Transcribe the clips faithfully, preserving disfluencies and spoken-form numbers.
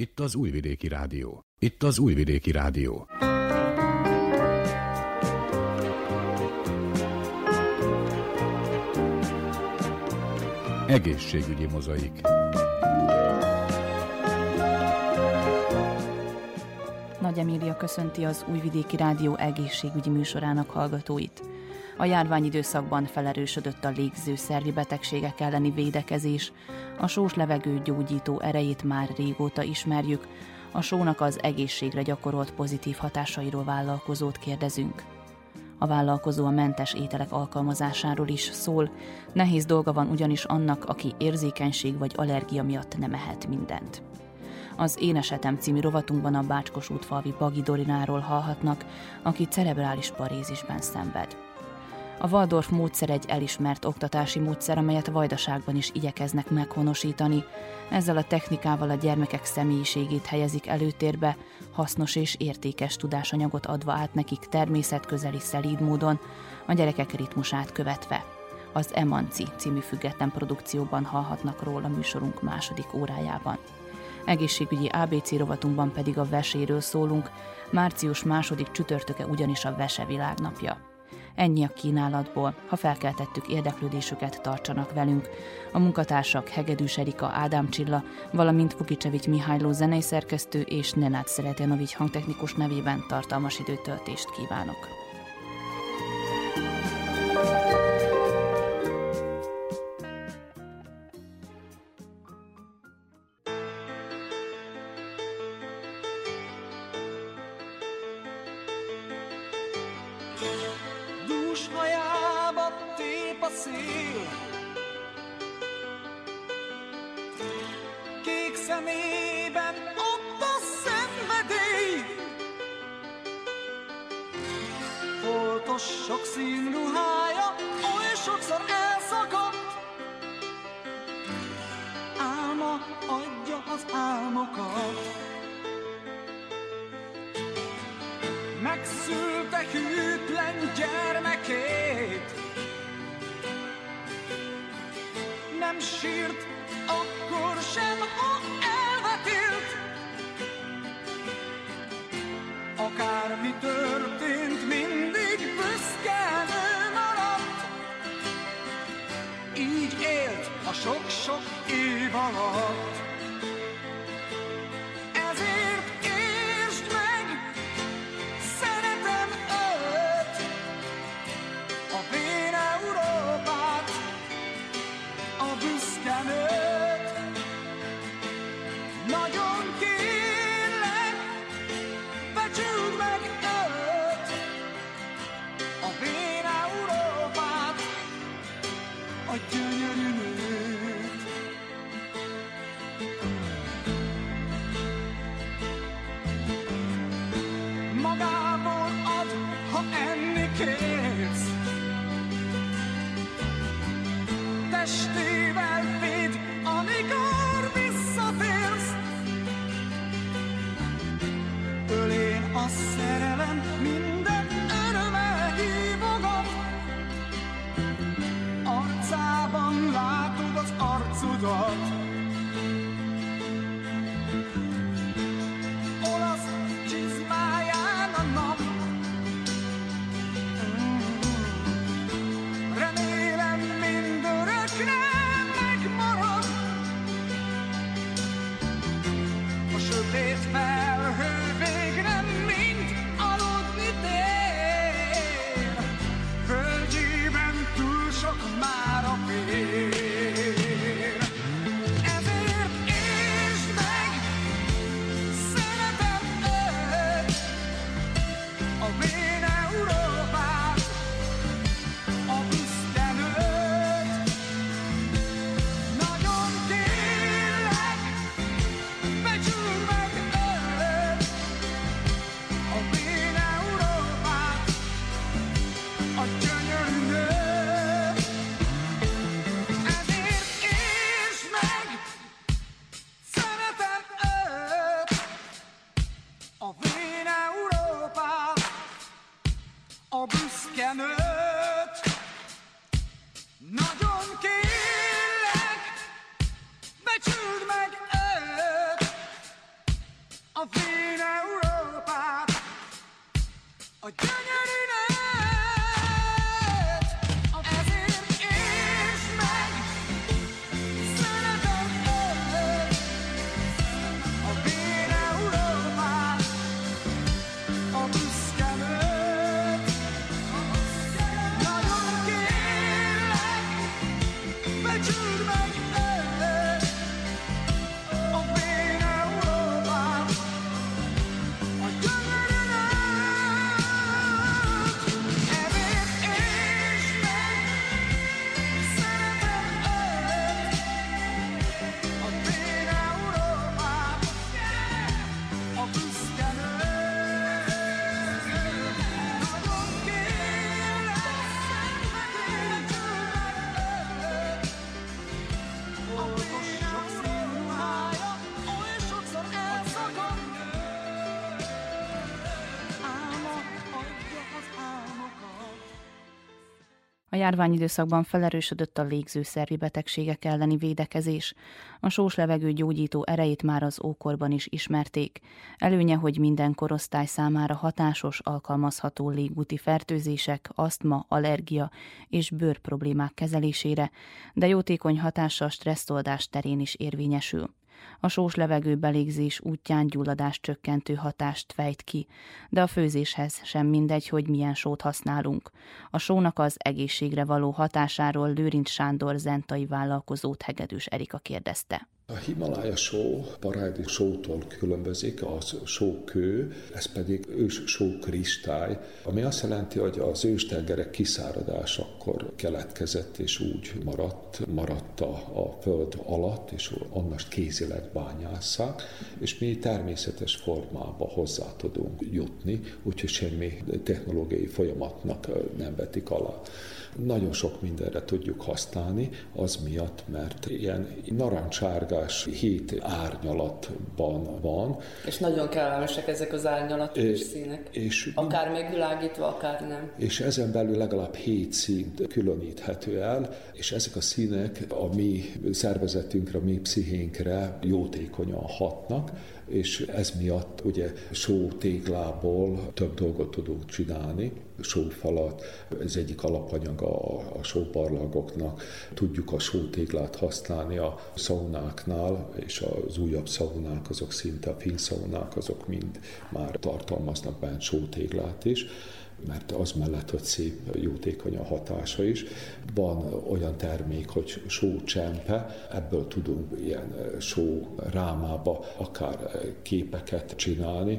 Itt az Újvidéki Rádió. Itt az Újvidéki Rádió. Egészségügyi mozaik. Nagy Emília köszönti az Újvidéki Rádió egészségügyi műsorának hallgatóit. A járványidőszakban felerősödött a légzőszervi betegségek elleni védekezés, a sós levegő gyógyító erejét már régóta ismerjük, a sónak az egészségre gyakorolt pozitív hatásairól vállalkozót kérdezünk. A vállalkozó a mentes ételek alkalmazásáról is szól, nehéz dolga van ugyanis annak, aki érzékenység vagy allergia miatt nem ehet mindent. Az Én esetem című rovatunkban a Bácskosútfalvi Bagi Dorináról hallhatnak, aki cerebrális parézisben szenved. A Waldorf módszer egy elismert oktatási módszer, amelyet Vajdaságban is igyekeznek meghonosítani. Ezzel a technikával a gyermekek személyiségét helyezik előtérbe, hasznos és értékes tudásanyagot adva át nekik természetközeli, szelíd módon, a gyerekek ritmusát követve. Az Emanci című független produkcióban hallhatnak róla műsorunk második órájában. Egészségügyi á bé cé rovatunkban pedig a veséről szólunk, március második csütörtöke ugyanis a Vese világnapja. Ennyi a kínálatból, ha felkeltettük érdeklődésüket, tartsanak velünk. A munkatársak Hegedűs Erika, Ádám Csilla, valamint Vukicsevics Mihályló zenei szerkesztő és Nenad Szeretjanovics hangtechnikus nevében tartalmas időtöltést kívánok. Kék szemében ott a szenvedély, foltos sok színruhája oly sokszor elszakadt. Álma adja az álmokat, megszülte hűtlen gyermekét. Nem sírt akkor sem, ha elvetélt. Akármi történt, mindig büszkén ő maradt. Így élt a sok-sok év alatt. Ezért értsd meg, szeretem őt, a vén Európát, a büszke nőt. Nagyon kérlek, becsüld meg őt, a vén Európát, a gyönyörű nőt. Magából ad, ha enni kérsz, testével véd, amikor visszatérsz. Ölén a szerelem minden öröme hívogat, arcában látod az arcudat. Olasz csizmáján a nap, remélem mindörökre megmarad. A sötét felhő végre mind járványidőszakban felerősödött a légzőszervi betegségek elleni védekezés. A sós levegő gyógyító erejét már az ókorban is ismerték. Előnye, hogy minden korosztály számára hatásos, alkalmazható légúti fertőzések, asztma, allergia és bőrproblémák kezelésére, de jótékony hatása a stresszoldás terén is érvényesül. A sós levegő belégzés útján gyulladás csökkentő hatást fejt ki, de a főzéshez sem mindegy, hogy milyen sót használunk. A sónak az egészségre való hatásáról Lőrinc Sándor zentai vállalkozót Hegedűs Erika kérdezte. A Himalája só parádi sótól különbözik, a sókő, ez pedig ős sókristály, ami azt jelenti, hogy az őstengerek kiszáradásakor keletkezett és úgy maradt, maradt a, a föld alatt, és onnan kézileg bányásszák, és mi természetes formába hozzá tudunk jutni, úgyhogy semmi technológiai folyamatnak nem vetik alá. Nagyon sok mindenre tudjuk használni, az miatt, mert ilyen narancsárgás hét árnyalatban van. És nagyon kellemesek ezek az árnyalatok és színek. És akár megvilágítva, akár nem. És ezen belül legalább hét színt különíthető el, és ezek a színek a mi szervezetünkre, a mi pszichénkre jótékonyan hatnak, és ez miatt ugye sótéglából több dolgot tudunk csinálni. Sófalat, ez egyik alapanyag a, a sóbarlangoknak. Tudjuk a sótéglát használni a szaunáknál, és az újabb szaunák, azok szinte a finn szaunák, azok mind már tartalmaznak bent sótéglát is, mert az mellett, hogy szép, jótékony a hatása is. Van olyan termék, hogy sócsempe, ebből tudunk ilyen sórámába akár képeket csinálni.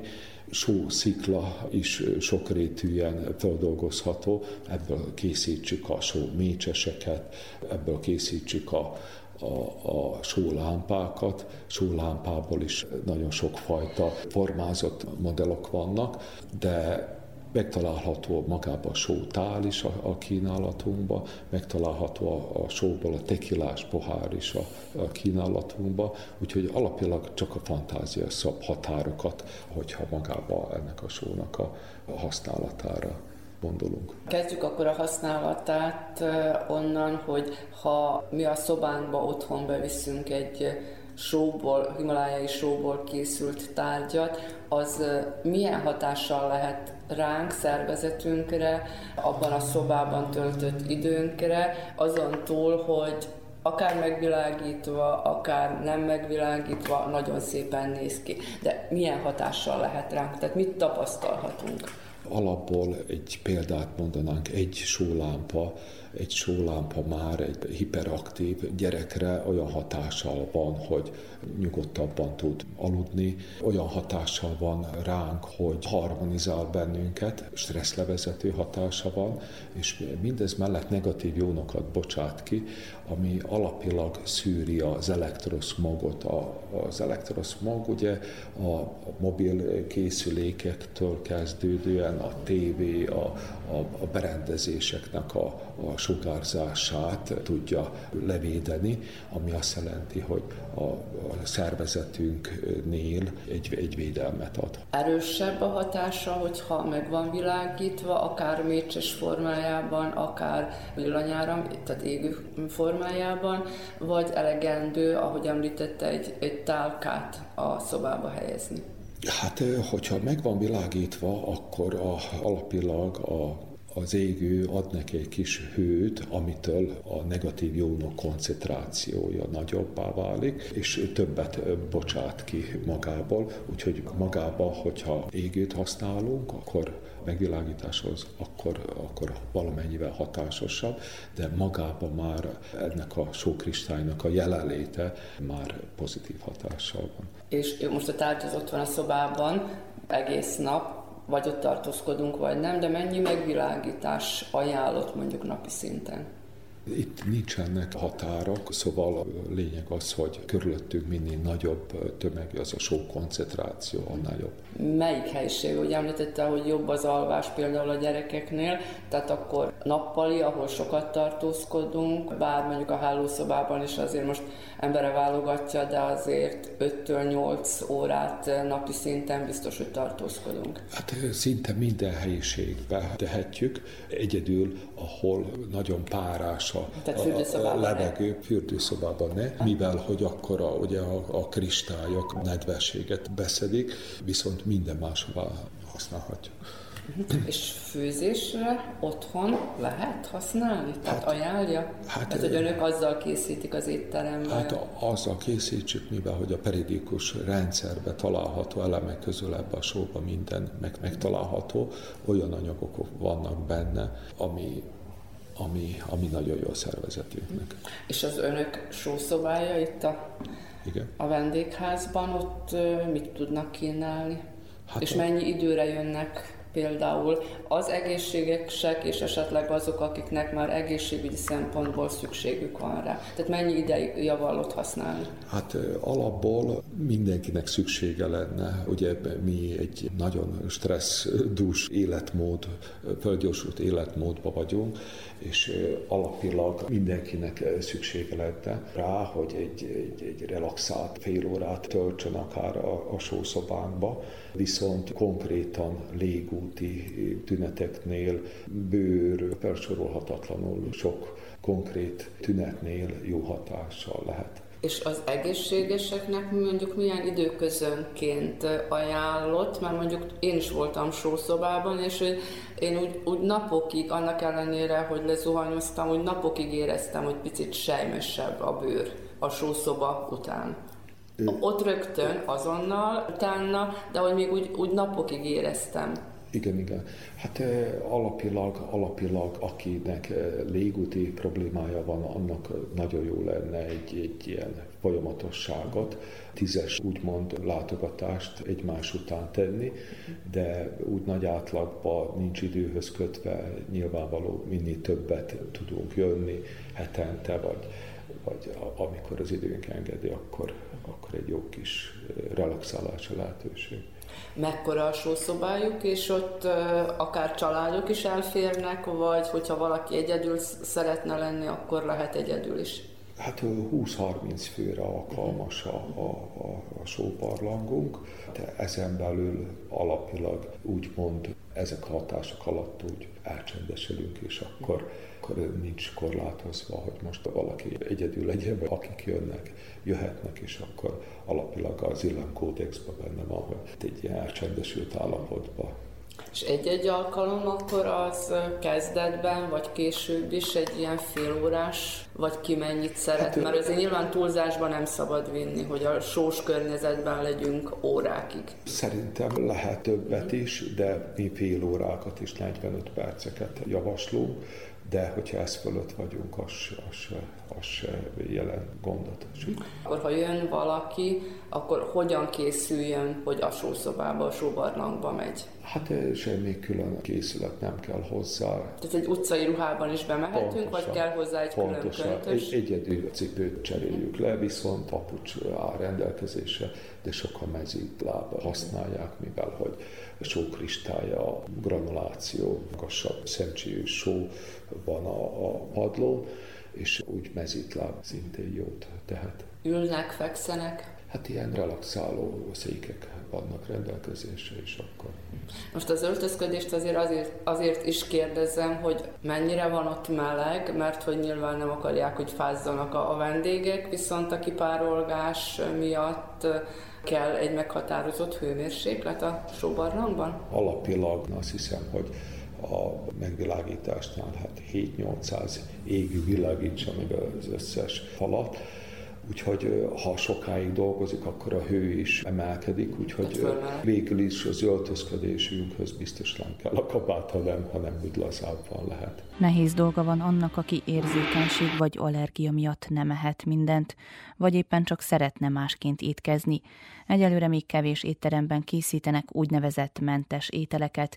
Sószikla is sokrétűen feldolgozható, ebből készítsük a só mécseseket, ebből készítsük a A, a sólámpákat. Sólámpából is nagyon sokfajta formázott modellok vannak, de megtalálható magában a sótál is a, a kínálatunkban, megtalálható a, a sóból a tekilás pohár is a, a kínálatunkban, úgyhogy alapilag csak a fantázia szab határokat, hogyha magában ennek a sónak a, a használatára gondolunk. Kezdjük akkor a használatát onnan, hogy ha mi a szobánkba otthon beviszünk egy sóból, himalájai sóból készült tárgyat, az milyen hatással lehet ránk, szervezetünkre, abban a szobában töltött időnkre, azon túl, hogy akár megvilágítva, akár nem megvilágítva, nagyon szépen néz ki. De milyen hatással lehet ránk? Tehát mit tapasztalhatunk? Alapból egy példát mondanánk, egy sólámpa, egy sólámpa már egy hiperaktív gyerekre olyan hatással van, hogy nyugodtabban tud aludni, olyan hatással van ránk, hogy harmonizál bennünket, stresszlevezető hatása van, és mindez mellett negatív jónokat bocsát ki, ami alapilag szűri az elektroszmogot. Az elektroszmog ugye a mobil készülékektől kezdődően a tévé, a, a, a berendezéseknek a, a sugárzását tudja levédeni, ami azt jelenti, hogy a, a szervezetünknél egy, egy védelmet ad. Erősebb a hatása, hogyha meg van világítva, akár mécses formájában, akár villanyáram, tehát égő formájában, vagy elegendő, ahogy említette, egy, egy tálkát a szobába helyezni? Hát, hogyha meg van világítva, akkor a, alapilag a az égő ad neki egy kis hőt, amitől a negatív jónok koncentrációja nagyobbá válik, és többet bocsát ki magából, úgyhogy magába, hogyha égőt használunk, akkor megvilágításhoz, akkor, akkor valamennyivel hatásosabb, de magában már ennek a sókristálynak a jelenléte már pozitív hatással van. És most a tárgy az ott van a szobában egész nap, vagy ott tartózkodunk, vagy nem, de mennyi megvilágítás ajánlott mondjuk napi szinten? Itt nincsenek határok, szóval a lényeg az, hogy körülöttünk minél nagyobb tömeg, az a sok koncentráció, annál jobb. Melyik helyiség? Ugye említette, hogy jobb az alvás például a gyerekeknél, tehát akkor nappali, ahol sokat tartózkodunk, bár mondjuk a hálószobában is azért most embere válogatja, de azért öttől nyolc órát napi szinten biztos, hogy tartózkodunk. Hát szinte minden helyiségbe tehetjük, egyedül, ahol nagyon párás a, a, a levegő, fürdőszobában ne, mivel hogy akkor a, ugye a, a kristályok nedvességet beszedik, viszont minden máshová használhatjuk. És főzésre otthon lehet használni? Tehát hát, ajánlja? Hát, Tehát, hogy önök azzal készítik az étteremben? Hát azzal készítsük, mivel hogy a periodikus rendszerben található elemek közül ebben a sóban minden meg, megtalálható, olyan anyagok vannak benne, ami Ami, ami nagyon jó a szervezetünknek. És az önök sószobája itt a, Igen. a vendégházban, ott mit tudnak kínálni? Hát és a... mennyi időre jönnek például az egészségesek, és esetleg azok, akiknek már egészségügyi szempontból szükségük van rá? Tehát mennyi ideig javallott használni? Hát alapból mindenkinek szüksége lenne. Ugye mi egy nagyon stresszdús életmód, fölgyorsult életmódban vagyunk, és alapilag mindenkinek szüksége lenne rá, hogy egy, egy, egy relaxált fél órát töltsön akár a, a sószobánkba, viszont konkrétan légúti tüneteknél, bőr, felsorolhatatlanul sok konkrét tünetnél jó hatással lehet. És az egészségeseknek mondjuk milyen időközönként ajánlott, mert mondjuk én is voltam sószobában, és én úgy, úgy napokig, annak ellenére, hogy lezuhanyoztam, úgy napokig éreztem, hogy picit sejmesebb a bőr a sószoba után. Ott rögtön, azonnal, utána, de hogy még úgy, úgy napokig éreztem. Igen, igen. Hát alapilag, alapilag akinek légúti problémája van, annak nagyon jó lenne egy, egy ilyen folyamatosságot, tízes úgymond látogatást egymás után tenni, de úgy nagy átlagban nincs időhöz kötve, nyilvánvaló minél többet tudunk jönni hetente, vagy, vagy amikor az időnk engedi, akkor, akkor egy jó kis relaxálási lehetőség. Mekkora a sószobájuk, és ott uh, akár családok is elférnek, vagy hogyha valaki egyedül szeretne lenni, akkor lehet egyedül is? Hát húsz-harminc főre alkalmas a, a, a, a sóbarlangunk, de ezen belül alapilag úgymond ezek a hatások alatt úgy elcsendesülünk, és akkor, akkor nincs korlátozva, hogy most valaki egyedül legyen, vagy akik jönnek, jöhetnek, és akkor alapilag az illemkódexben benne van, hogy egy ilyen elcsendesült állapotban. És egy-egy alkalom akkor az kezdetben, vagy később is egy ilyen félórás, vagy ki mennyit szeret? Hát, mert azért nyilván túlzásban nem szabad vinni, hogy a sós környezetben legyünk órákig. Szerintem lehet többet is, de mi fél órákat is, negyvenöt perceket javaslunk, de hogyha ez fölött vagyunk, az, az, az jelent gondot. Akkor ha jön valaki, akkor hogyan készüljön, hogy a sószobába, a sóbarlangba megy? Hát semmi külön készület nem kell hozzá. Tehát egy utcai ruhában is bemehetünk, pontosan, vagy kell hozzá egy pontosan. Külön köntös? Egy, egyedül cipőt cseréljük le, viszont papucs áll rendelkezésre, de sokan mezítláb használják, mivel hogy sókristálya, granuláció, magasabb szemcséjű só van a, a padlón, és úgy mezítláb szintén jót tehet. Ülnek, fekszenek? Hát ilyen relaxáló székek vannak rendelkezésre, és akkor... Most az öltözködést azért, azért azért is kérdezem, hogy mennyire van ott meleg, mert hogy nyilván nem akarják, hogy fázzanak a, a vendégek, viszont a kipárolgás miatt kell egy meghatározott hőmérséklet a sóbarlangban? Alapilag azt hiszem, hogy a megvilágításnál hát hét-nyolcszáz égű világíts, amivel az összes falat. Úgyhogy ha sokáig dolgozik, akkor a hő is emelkedik, úgyhogy végül is az öltözködésünkhöz biztos nem kell a kabát, hanem, hanem úgy lazábban lehet. Nehéz dolga van annak, aki érzékenység vagy allergia miatt nem ehet mindent, vagy éppen csak szeretne másként étkezni. Egyelőre még kevés étteremben készítenek úgynevezett mentes ételeket,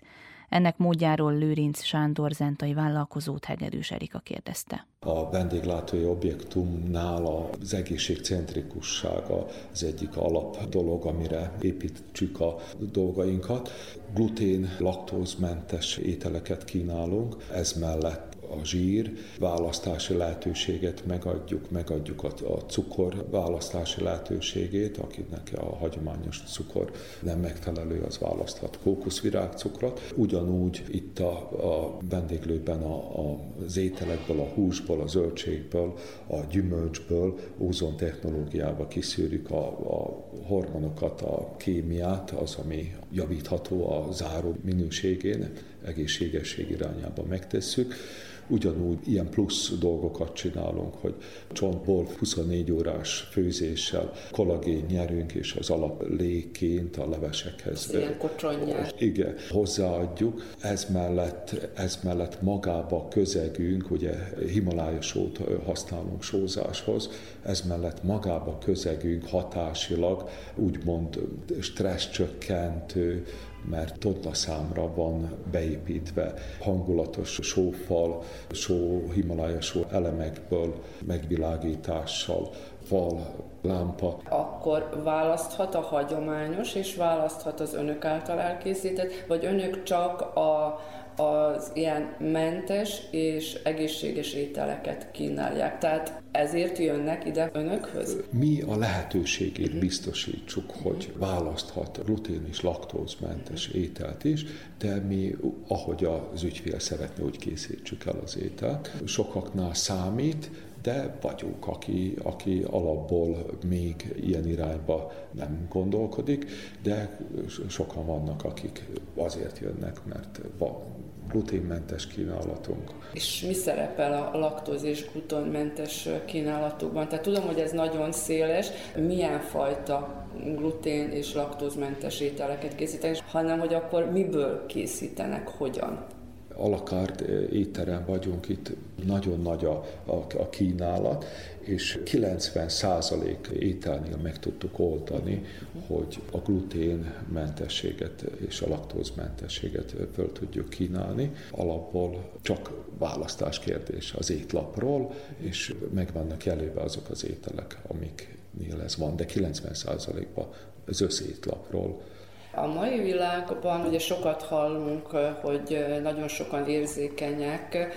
Ennek módjáról Lőrinc Sándor zentai vállalkozót Hegedűs Erika kérdezte. A vendéglátói objektumnál az egészségcentrikussága az egyik alap dolog, amire építsük a dolgainkat. Glutén, laktózmentes ételeket kínálunk, ez mellett a zsír választási lehetőséget megadjuk, megadjuk a, a cukor választási lehetőségét, akinek a hagyományos cukor nem megfelelő, az választhat kókuszvirágcukrot. Ugyanúgy itt a, a vendéglőben a, a, az ételekből, a húsból, a zöldségből, a gyümölcsből ózon technológiával kiszűrjük a, a hormonokat, a kémiát, az, ami javítható a záró minőségén, egészségesség irányába megtesszük. Ugyanúgy ilyen plusz dolgokat csinálunk, hogy csontból huszonnégy órás főzéssel kollagén nyerünk, és az alaplékként a levesekhez. Ilyen kocsonyás. Igen, hozzáadjuk. Ez mellett, ez mellett magába a közegünk, ugye Himalája sót használunk sózáshoz, ez mellett magába a közegünk hatásilag úgymond stresszcsökkentő, mert tontlaszámra van beépítve hangulatos sófal, só, Himalája só elemekből, megvilágítással, fal, lámpa. Akkor választhat a hagyományos, és választhat az önök által elkészített, vagy önök csak a, az ilyen mentes és egészséges ételeket kínálják. Tehát ezért jönnek ide önökhöz? Mi a lehetőségét biztosítsuk, hogy választhat glutén és laktózmentes ételt is, de mi, ahogy az ügyfél szeretne, úgy készítsük el az ételt. Sokaknál számít, de vagyunk, aki, aki alapból még ilyen irányba nem gondolkodik, de sokan vannak, akik azért jönnek, mert van gluténmentes kínálatunk. És mi szerepel a laktóz és gluténmentes kínálatokban? Tehát tudom, hogy ez nagyon széles. Milyen fajta glutén és laktózmentes ételeket készítenek, hanem hogy akkor miből készítenek, hogyan? A la carte étterem vagyunk, itt nagyon nagy a, a, a kínálat, és kilencven százalék ételnél meg tudtuk oldani, hogy a gluténmentességet és a laktózmentességet föl tudjuk kínálni. Alapból csak választás kérdés az étlapról, és meg vannak jelölve azok az ételek, amiknél ez van, de kilencven százalékban az összétlapról. A mai világban ugye sokat hallunk, hogy nagyon sokan érzékenyek,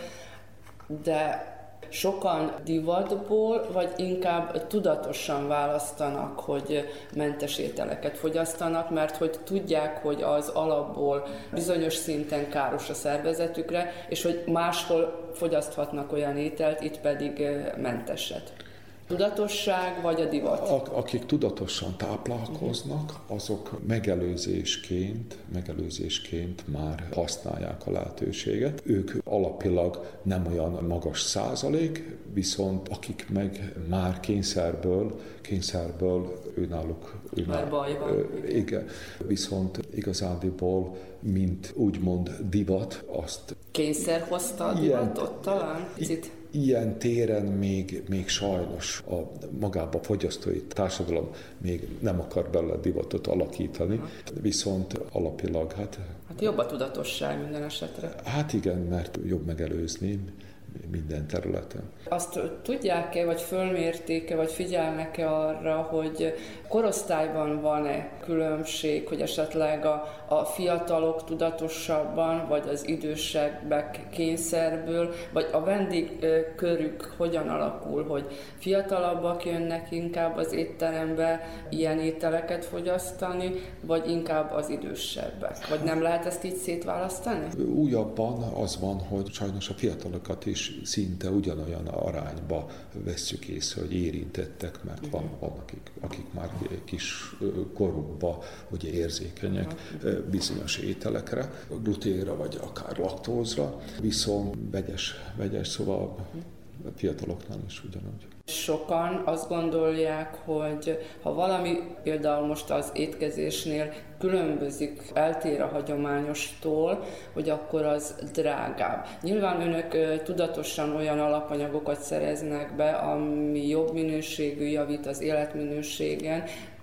de sokan divatból, vagy inkább tudatosan választanak, hogy mentes ételeket fogyasztanak, mert hogy tudják, hogy az alapból bizonyos szinten káros a szervezetükre, és hogy máshol fogyaszthatnak olyan ételt, itt pedig menteset. Tudatosság vagy a divat? Akik tudatosan táplálkoznak, azok megelőzésként, megelőzésként már használják a lehetőséget. Ők alapilag nem olyan magas százalék, viszont akik meg már kényszerből, kényszerből őnáluk, már baj van. Igen, viszont igazándiból, mint úgymond divat, azt... Kényszer hozta a divatot talán? Picit. Ilyen téren még, még sajnos a magába a fogyasztói társadalom még nem akar belőle divatot alakítani, ha. Viszont alapilag hát... Hát jobb a tudatosság minden esetre. Hát igen, mert jobb megelőzni minden területen. Azt tudják-e, vagy fölmérték-e, vagy figyelnek-e arra, hogy korosztályban van-e különbség, hogy esetleg a, a fiatalok tudatosabban, vagy az idősebbek kényszerből, vagy a vendégkörük hogyan alakul, hogy fiatalabbak jönnek inkább az étterembe ilyen ételeket fogyasztani, vagy inkább az idősebbek? Vagy nem lehet ezt így szétválasztani? Újabban az van, hogy sajnos a fiatalokat is szinte ugyanolyan arányba vesszük észre, hogy érintettek, mert van, van akik, akik már kis korukban ugye érzékenyek bizonyos ételekre, gluténra vagy akár laktózra, viszont vegyes, vegyes, szóval a fiataloknál is ugyanúgy. Sokan azt gondolják, hogy ha valami például most az étkezésnél különbözik, eltér a hagyományostól, hogy akkor az drágább. Nyilván önök tudatosan olyan alapanyagokat szereznek be, ami jobb minőségű, javít az életminőségen,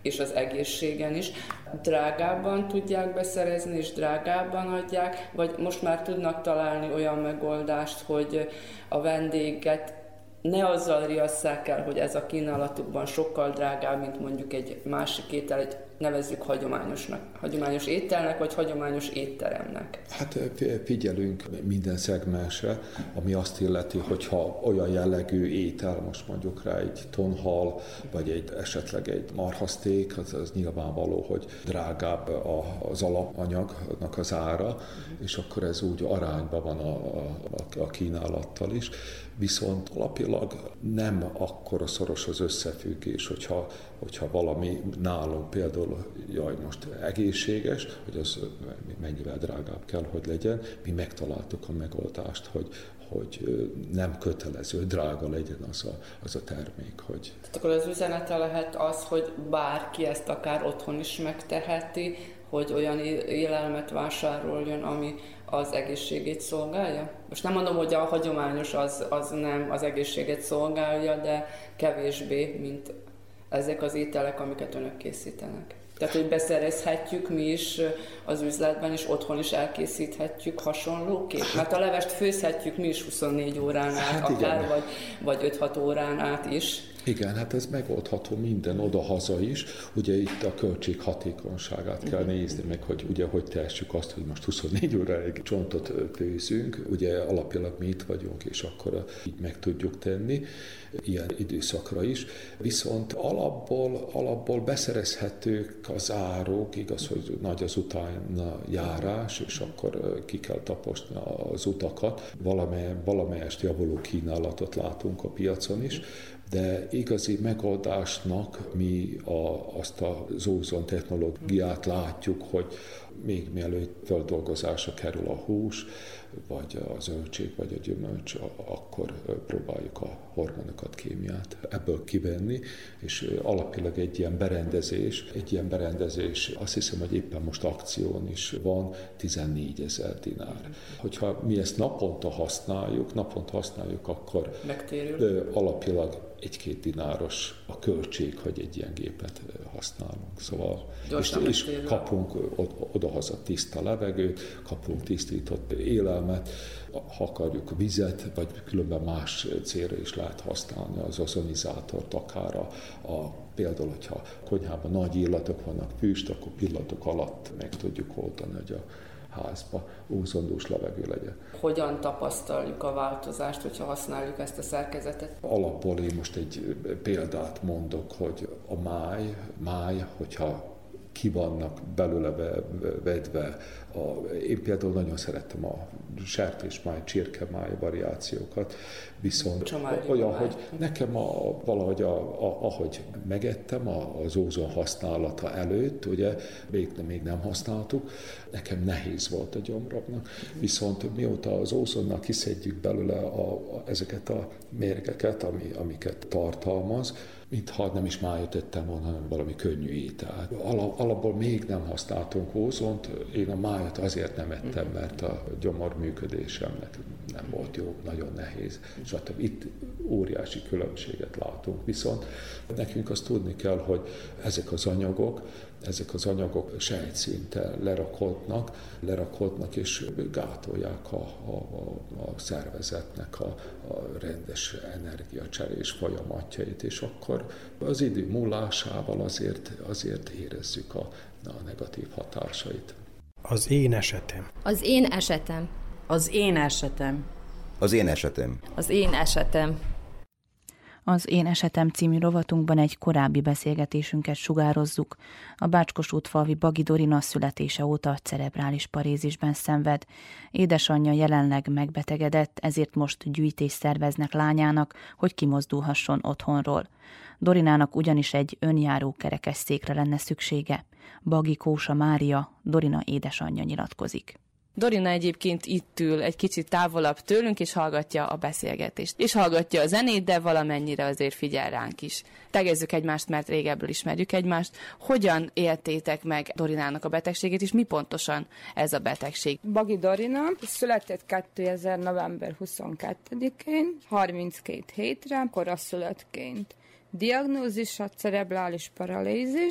és az egészségen is. Drágábban tudják beszerezni, és drágábban adják, vagy most már tudnak találni olyan megoldást, hogy a vendéget ne azzal riasszák el, hogy ez a kínálatukban sokkal drágább, mint mondjuk egy másik étel, egy nevezzük hagyományosnak, hagyományos ételnek, vagy hagyományos étteremnek. Hát figyelünk minden szegmensre, ami azt illeti, hogyha olyan jellegű étel, most mondjuk rá egy tonhal, vagy egy, esetleg egy marhaszték, az, az nyilvánvaló, hogy drágább az alapanyagnak az ára, uh-huh. és akkor ez úgy arányban van a, a, a kínálattal is. Viszont alapilag nem akkora szoros az összefüggés, hogyha, hogyha valami nálunk például, jaj, most egészséges, hogy az mennyivel drágább kell, hogy legyen, mi megtaláltuk a megoldást, hogy, hogy nem kötelező, drága legyen az a, az a termék. Hogy... Tehát akkor az üzenete lehet az, hogy bárki ezt akár otthon is megteheti, hogy olyan élelmet vásároljon, ami az egészségét szolgálja? Most nem mondom, hogy a hagyományos az, az nem az egészséget szolgálja, de kevésbé, mint ezek az ételek, amiket önök készítenek. Tehát, hogy beszerezhetjük mi is az üzletben, és otthon is elkészíthetjük hasonlóképp. Mert a levest főzhetjük mi is huszonnégy órán át, hát akár, vagy, vagy öt-hat órán át is. Igen, hát ez megoldható minden oda-haza is. Ugye itt a költség hatékonyságát kell nézni, meg hogy ugye hogy tehessük azt, hogy most huszonnégy óráig csontot főzünk. Ugye alapilag mi itt vagyunk, és akkor így meg tudjuk tenni ilyen időszakra is. Viszont alapból, alapból beszerezhetők az áruk, igaz, hogy nagy az utána járás, és akkor ki kell taposni az utakat. Valamely, valamelyest javuló kínálatot látunk a piacon is, de igazi megoldásnak mi a, azt az ózon technológiát látjuk, hogy még mielőtt földolgozásra kerül a hús, vagy a zöldség, vagy a gyümölcs, akkor próbáljuk a hormonokat, kémiát ebből kivenni, és alapilag egy ilyen berendezés, egy ilyen berendezés, azt hiszem, hogy éppen most akción is van, tizennégyezer dinár. Hogyha mi ezt naponta használjuk, naponta használjuk, akkor megtérül. Alapilag egy-két dináros a költség, hogy egy ilyen gépet használunk. Szóval és, és kapunk odahaza tiszta levegőt, kapunk tisztított élelmet, ha akarjuk vizet, vagy különben más célra is lehet használni az ozonizátort, akár a, a például, hogyha konyhában nagy illatok vannak, füst, akkor pillanatok alatt meg tudjuk oldani, hogy a házba ózondús levegő legyen. Hogyan tapasztaljuk a változást, hogyha használjuk ezt a szerkezetet? Alapból én most egy példát mondok, hogy a máj, máj, hogyha ki vannak belőle vedve. A, én például nagyon szerettem a sertésmáj, csirkemáj variációkat, viszont Csomári olyan, máj. hogy nekem a, valahogy a, a, ahogy megettem az ózon használata előtt, ugye még, még nem használtuk, nekem nehéz volt a gyomromnak, viszont mióta az ózonnal kiszedjük belőle a, a, ezeket a mérgeket, ami, amiket tartalmaz, mintha nem is májat ettem volna, hanem valami könnyű étel. Alapból még nem használtunk ózont, én a májat azért nem ettem, mert a gyomor működésemnek nem volt jó, nagyon nehéz. Stb. Itt óriási különbséget látunk, viszont nekünk azt tudni kell, hogy ezek az anyagok, ezek az anyagok sejtszinten lerakodnak, lerakodnak és gátolják a, a, a szervezetnek a, a rendes energiacserés folyamatjait, és akkor az idő múlásával azért, azért érezzük a, a negatív hatásait. Az én esetem. Az én esetem. Az én esetem. Az én esetem. Az én esetem. Az Én esetem című rovatunkban egy korábbi beszélgetésünket sugározzuk. A Bácskos-útfalvi Bagi Dorina születése óta cerebrális parézisben szenved. Édesanyja jelenleg megbetegedett, ezért most gyűjtést szerveznek lányának, hogy kimozdulhasson otthonról. Dorinának ugyanis egy önjáró kerekesszékre lenne szüksége. Bagi Kósa Mária, Dorina édesanyja nyilatkozik. Dorina egyébként itt ül egy kicsit távolabb tőlünk, és hallgatja a beszélgetést. És hallgatja a zenét, de valamennyire azért figyel ránk is. Tegezzük egymást, mert régebből ismerjük egymást. Hogyan éltétek meg Dorinának a betegségét, és mi pontosan ez a betegség? Bagi Dorina született kétezer november huszonkettedikén, harminckét hétre, koraszülöttként. Diagnózisa cerebrális paralízis,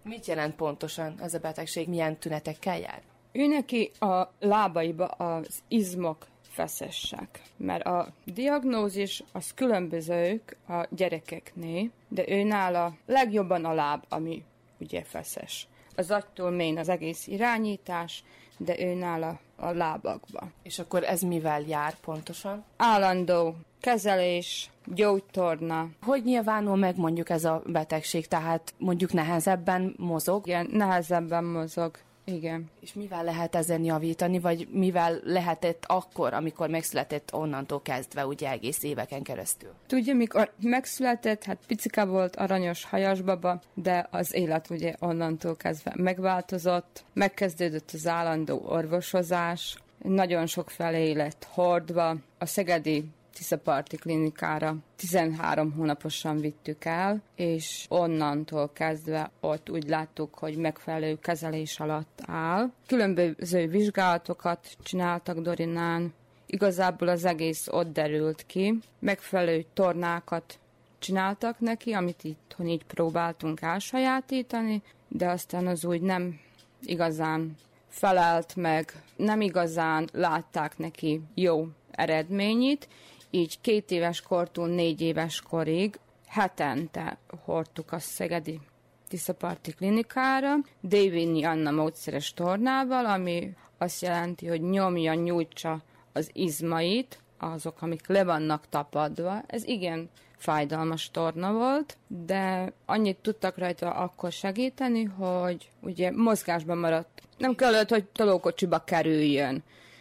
Mit jelent pontosan ez a betegség? Milyen tünetekkel jár? Ő neki a lábaiba az izmok feszesek, mert a diagnózis az különbözők a gyerekeknél, de ő nála legjobban a láb, ami ugye feszes. Az agytól mély az egész irányítás, de ő nála a lábakba. És akkor ez mivel jár pontosan? Állandó kezelés, gyógytorna. Hogy nyilvánul meg mondjuk ez a betegség, tehát mondjuk nehezebben mozog? Igen, nehezebben mozog. Igen. És mivel lehet ezen javítani, vagy mivel lehetett akkor, amikor megszületett onnantól kezdve, ugye egész éveken keresztül? Tudja, mikor megszületett, hát picika volt, aranyos hajas baba, de az élet ugye onnantól kezdve megváltozott, megkezdődött az állandó orvosozás, nagyon sok felé lett hordva, a szegedi Tiszaparti klinikára tizenhárom hónaposan vittük el, és onnantól kezdve ott úgy láttuk, hogy megfelelő kezelés alatt áll. Különböző vizsgálatokat csináltak Dorinán, igazából az egész ott derült ki. Megfelelő tornákat csináltak neki, amit itthon így próbáltunk elsajátítani, de aztán az úgy nem igazán felelt meg, nem igazán látták neki jó eredményét, így két éves kortól négy éves korig hetente hordtuk a szegedi Tiszaparti klinikára, Dévényi Anna módszeres tornával, ami azt jelenti, hogy nyomja, nyújtsa az izmait, azok, amik le vannak tapadva. Ez igen fájdalmas torna volt, de annyit tudtak rajta akkor segíteni, hogy ugye mozgásban maradt. Nem kellett, hogy tolókocsiba kerüljön.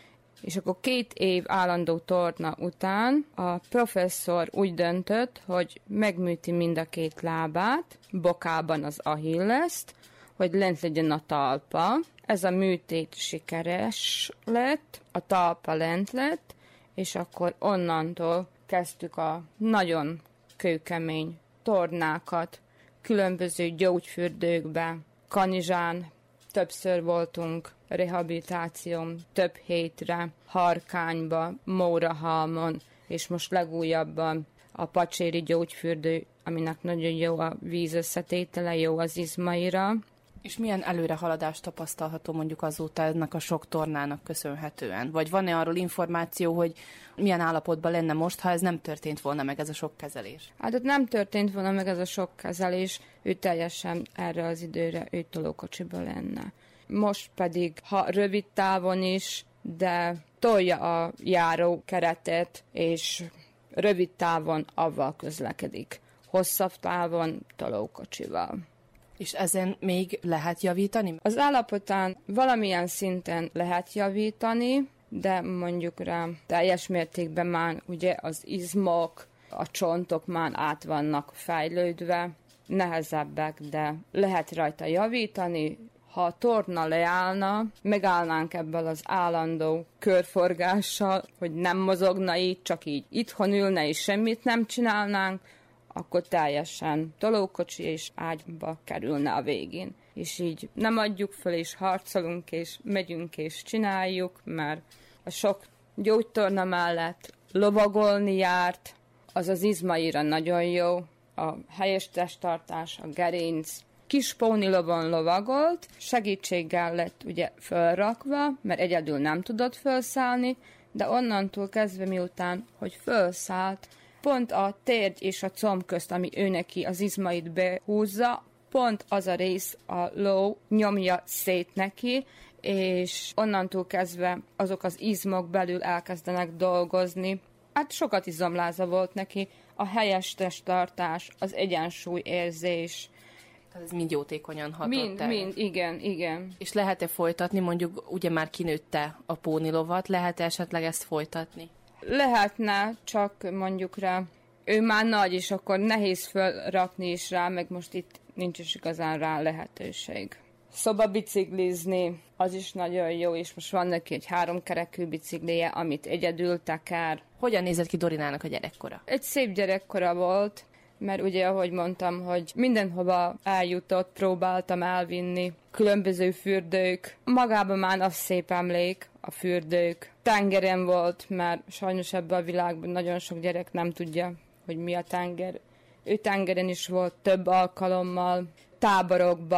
És akkor két év állandó torna után a professzor úgy döntött, hogy megműti mind a két lábát, bokában az Achilleszt, hogy lent legyen a talpa. Ez a műtét sikeres lett, a talpa lent lett, és akkor onnantól kezdtük a nagyon kőkemény tornákat, különböző gyógyfürdőkbe, Kanizsán többször voltunk, rehabilitáción több hétre, Harkányba, Mórahalmon, és most legújabban a Pacséri gyógyfürdő, aminek nagyon jó a víz összetétele, jó az izmaira. És milyen előrehaladást tapasztalható mondjuk azóta ennek a sok tornának köszönhetően? Vagy van-e arról információ, hogy milyen állapotban lenne most, ha ez nem történt volna meg, ez a sok kezelés? Hát ott nem történt volna meg ez a sok kezelés, ő teljesen erre az időre ő tolókocsiba lenne. Most pedig, ha rövid távon is, de tolja a járó keretet, és rövid távon avval közlekedik. Hosszabb távon tolókocsival. És ezen még lehet javítani? Az állapotán valamilyen szinten lehet javítani, de mondjuk rá teljes mértékben már ugye az izmok, a csontok már át vannak fejlődve, nehezebbek, de lehet rajta javítani. Ha a torna leállna, megállnánk ebből az állandó körforgással, hogy nem mozogna így, csak így itthon ülne és semmit nem csinálnánk, akkor teljesen tolókocsi és ágyba kerülne a végén. És így nem adjuk föl, és harcolunk, és megyünk, és csináljuk, mert a sok gyógytorna mellett lovagolni járt, az az izmaira nagyon jó, a helyes testtartás, a gerinc. Kis pónilovon lovagolt, segítséggel lett ugye fölrakva, mert egyedül nem tudott fölszállni, de onnantól kezdve miután, hogy fölszállt, pont a térd és a comb közt, ami ő neki az izmait behúzza, pont az a rész, a ló nyomja szét neki, és onnantól kezdve azok az izmok belül elkezdenek dolgozni. Hát sokat izomláza volt neki, a helyes testtartás, az egyensúlyérzés. Ez mind jótékonyan hatott Mind, el. mind, igen, igen. És lehet-e folytatni, mondjuk ugye már kinőtte a pónilovat, lehet-e esetleg ezt folytatni? Lehetne, csak mondjuk rá, ő már nagy, és akkor nehéz fölrakni is rá, meg most itt nincs is igazán rá lehetőség. Szobabiciklizni, az is nagyon jó, és most van neki egy háromkerekű biciklije, amit egyedül teker. Hogyan nézett ki Dorinának a gyerekkora? Egy szép gyerekkora volt, mert ugye, ahogy mondtam, hogy mindenhova eljutott, próbáltam elvinni, különböző fürdők. Magában már az szép emlék, a fürdők. Tengeren volt, mert sajnos ebben a világban nagyon sok gyerek nem tudja, hogy mi a tenger. Ő tengeren is volt több alkalommal, táborokba,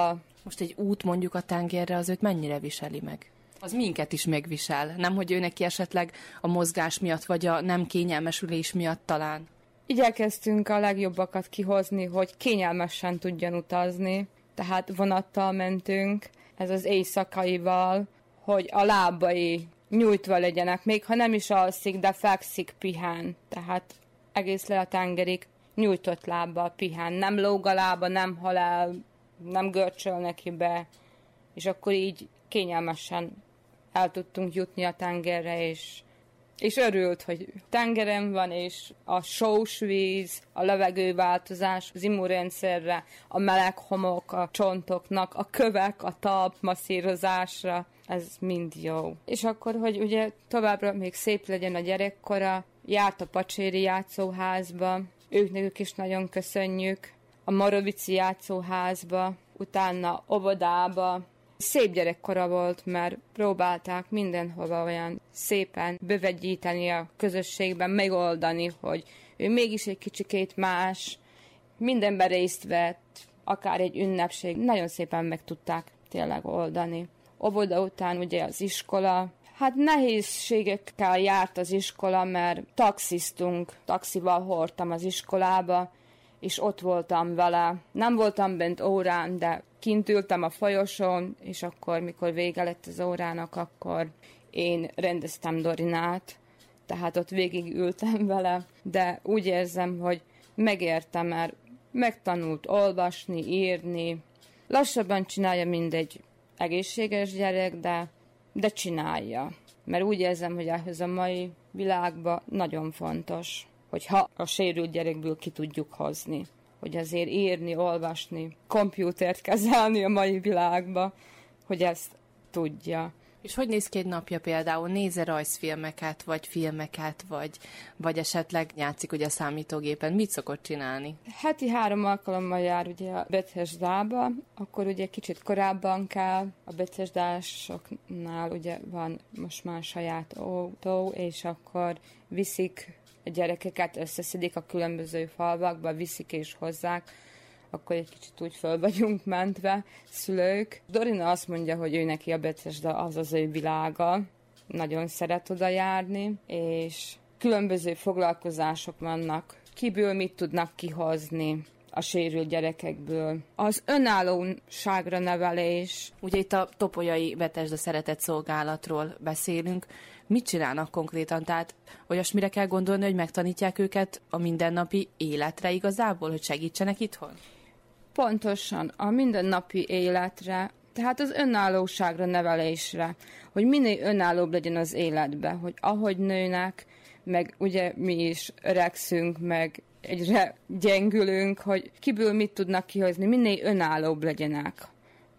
Most egy út mondjuk a tengerre, az őt mennyire viseli meg? Az minket is megvisel, nem hogy ő neki esetleg a mozgás miatt, vagy a nem kényelmesülés miatt talán? Igyekeztünk a legjobbakat kihozni, hogy kényelmesen tudjon utazni, tehát vonattal mentünk, ez az éjszakaival, hogy a lábai nyújtva legyenek, még ha nem is alszik, de fekszik, pihen, tehát egész le a tengerig nyújtott lábbal pihen, nem lóg a lába, nem hal el, nem görcsöl neki be, és akkor így kényelmesen el tudtunk jutni a tengerre, és, és örült, hogy tengeren van, és a sós víz, a levegőváltozás az immunrendszerre, a meleg homok a csontoknak, a kövek, a talp masszírozásra, ez mind jó. És akkor, hogy ugye továbbra még szép legyen a gyerekkora, járt a pacséri játszóházba, ők nekük is nagyon köszönjük, a Morovici játszóházba, utána óvodába. Szép gyerekkora volt, mert próbálták mindenhova olyan szépen bevegyíteni a közösségben, megoldani, hogy ő mégis egy kicsikét más, mindenben részt vett, akár egy ünnepség, nagyon szépen meg tudták tényleg oldani. Óvoda után ugye az iskola, hát nehézségekkel járt az iskola, mert taxiztunk, taxival hordtam az iskolába, és ott voltam vele. Nem voltam bent órán, de kint ültem a folyosón, és akkor, mikor vége lett az órának, akkor én rendeztem Dorinát, tehát ott végig ültem vele, de úgy érzem, hogy megértem, mert megtanult olvasni, írni. Lassabban csinálja, mint egy egészséges gyerek, de, de csinálja. Mert úgy érzem, hogy ehhez a mai világban nagyon fontos, hogyha a sérült gyerekből ki tudjuk hozni. Hogy azért írni, olvasni, kompjútert kezelni a mai világba, hogy ezt tudja. És hogy néz ki egy napja például? Néz-e rajzfilmeket, vagy filmeket, vagy, vagy esetleg játszik ugye a számítógépen? Mit szokott csinálni? Heti három alkalommal jár ugye a Bethesdába, akkor ugye kicsit korábban kell, a Bethesdásoknál ugye van most már saját autó, és akkor viszik a gyerekeket, összeszedik a különböző falvakba, viszik és hozzák, akkor egy kicsit úgy föl vagyunk mentve, szülők. Dorina azt mondja, hogy ő neki a Bethesda az az ő világa, nagyon szeret oda járni, és különböző foglalkozások vannak, kiből mit tudnak kihozni a sérült gyerekekből. Az önállóságra nevelés. Ugye itt a Topolyai Bethesda Szeretett Szolgálatról beszélünk. Mit csinálnak konkrétan? Tehát olyasmire kell gondolni, hogy megtanítják őket a mindennapi életre igazából, hogy segítsenek itthon? Pontosan, a mindennapi életre, tehát az önállóságra nevelésre, hogy minél önállóbb legyen az életbe, hogy ahogy nőnek, meg ugye mi is öregszünk, meg egyre gyengülünk, hogy kiből mit tudnak kihozni, minél önállóbb legyenek.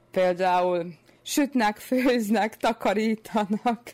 Például sütnek, főznek, takarítanak,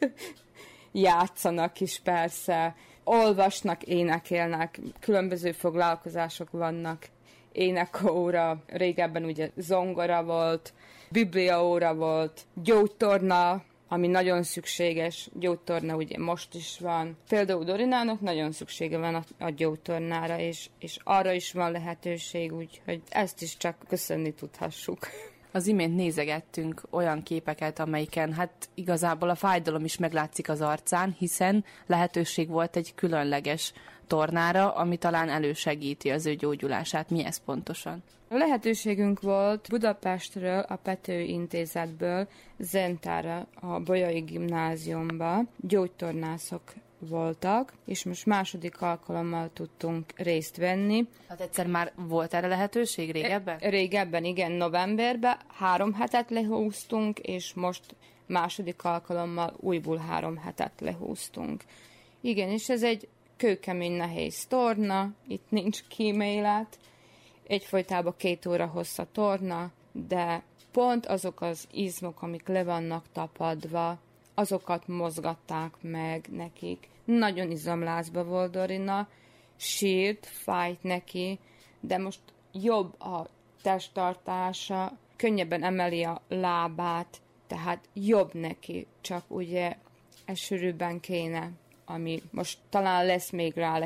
játszanak is persze, olvasnak, énekelnek, különböző foglalkozások vannak, énekóra, régebben ugye zongora volt, bibliaóra volt, gyógytorna, ami nagyon szükséges, gyógytorna ugye most is van. Például Dorinának nagyon szüksége van a, a gyógytornára, és, és arra is van lehetőség, úgyhogy ezt is csak köszönni tudhassuk. Az imént nézegettünk olyan képeket, amelyiken hát igazából a fájdalom is meglátszik az arcán, hiszen lehetőség volt egy különleges tornára, ami talán elősegíti az ő gyógyulását. Mi ez pontosan? Lehetőségünk volt Budapestről, a Pető Intézetből Zentára, a Bolyai Gimnáziumba gyógytornászok voltak, és most második alkalommal tudtunk részt venni. Hát egyszer már volt erre lehetőség régebben? Régebben, igen, novemberben három hetet lehúztunk, és most második alkalommal újból három hetet lehúztunk. Igen, és ez egy kőkemény, nehéz torna, itt nincs kímélet, egyfolytában két óra hossz a torna, de pont azok az izmok, amik le vannak tapadva, azokat mozgatták meg nekik. Nagyon izomlázba volt Dorina, sírt, fájt neki, de most jobb a testtartása, könnyebben emeli a lábát, tehát jobb neki, csak ugye ez sűrűbben kéne, ami most talán lesz még rá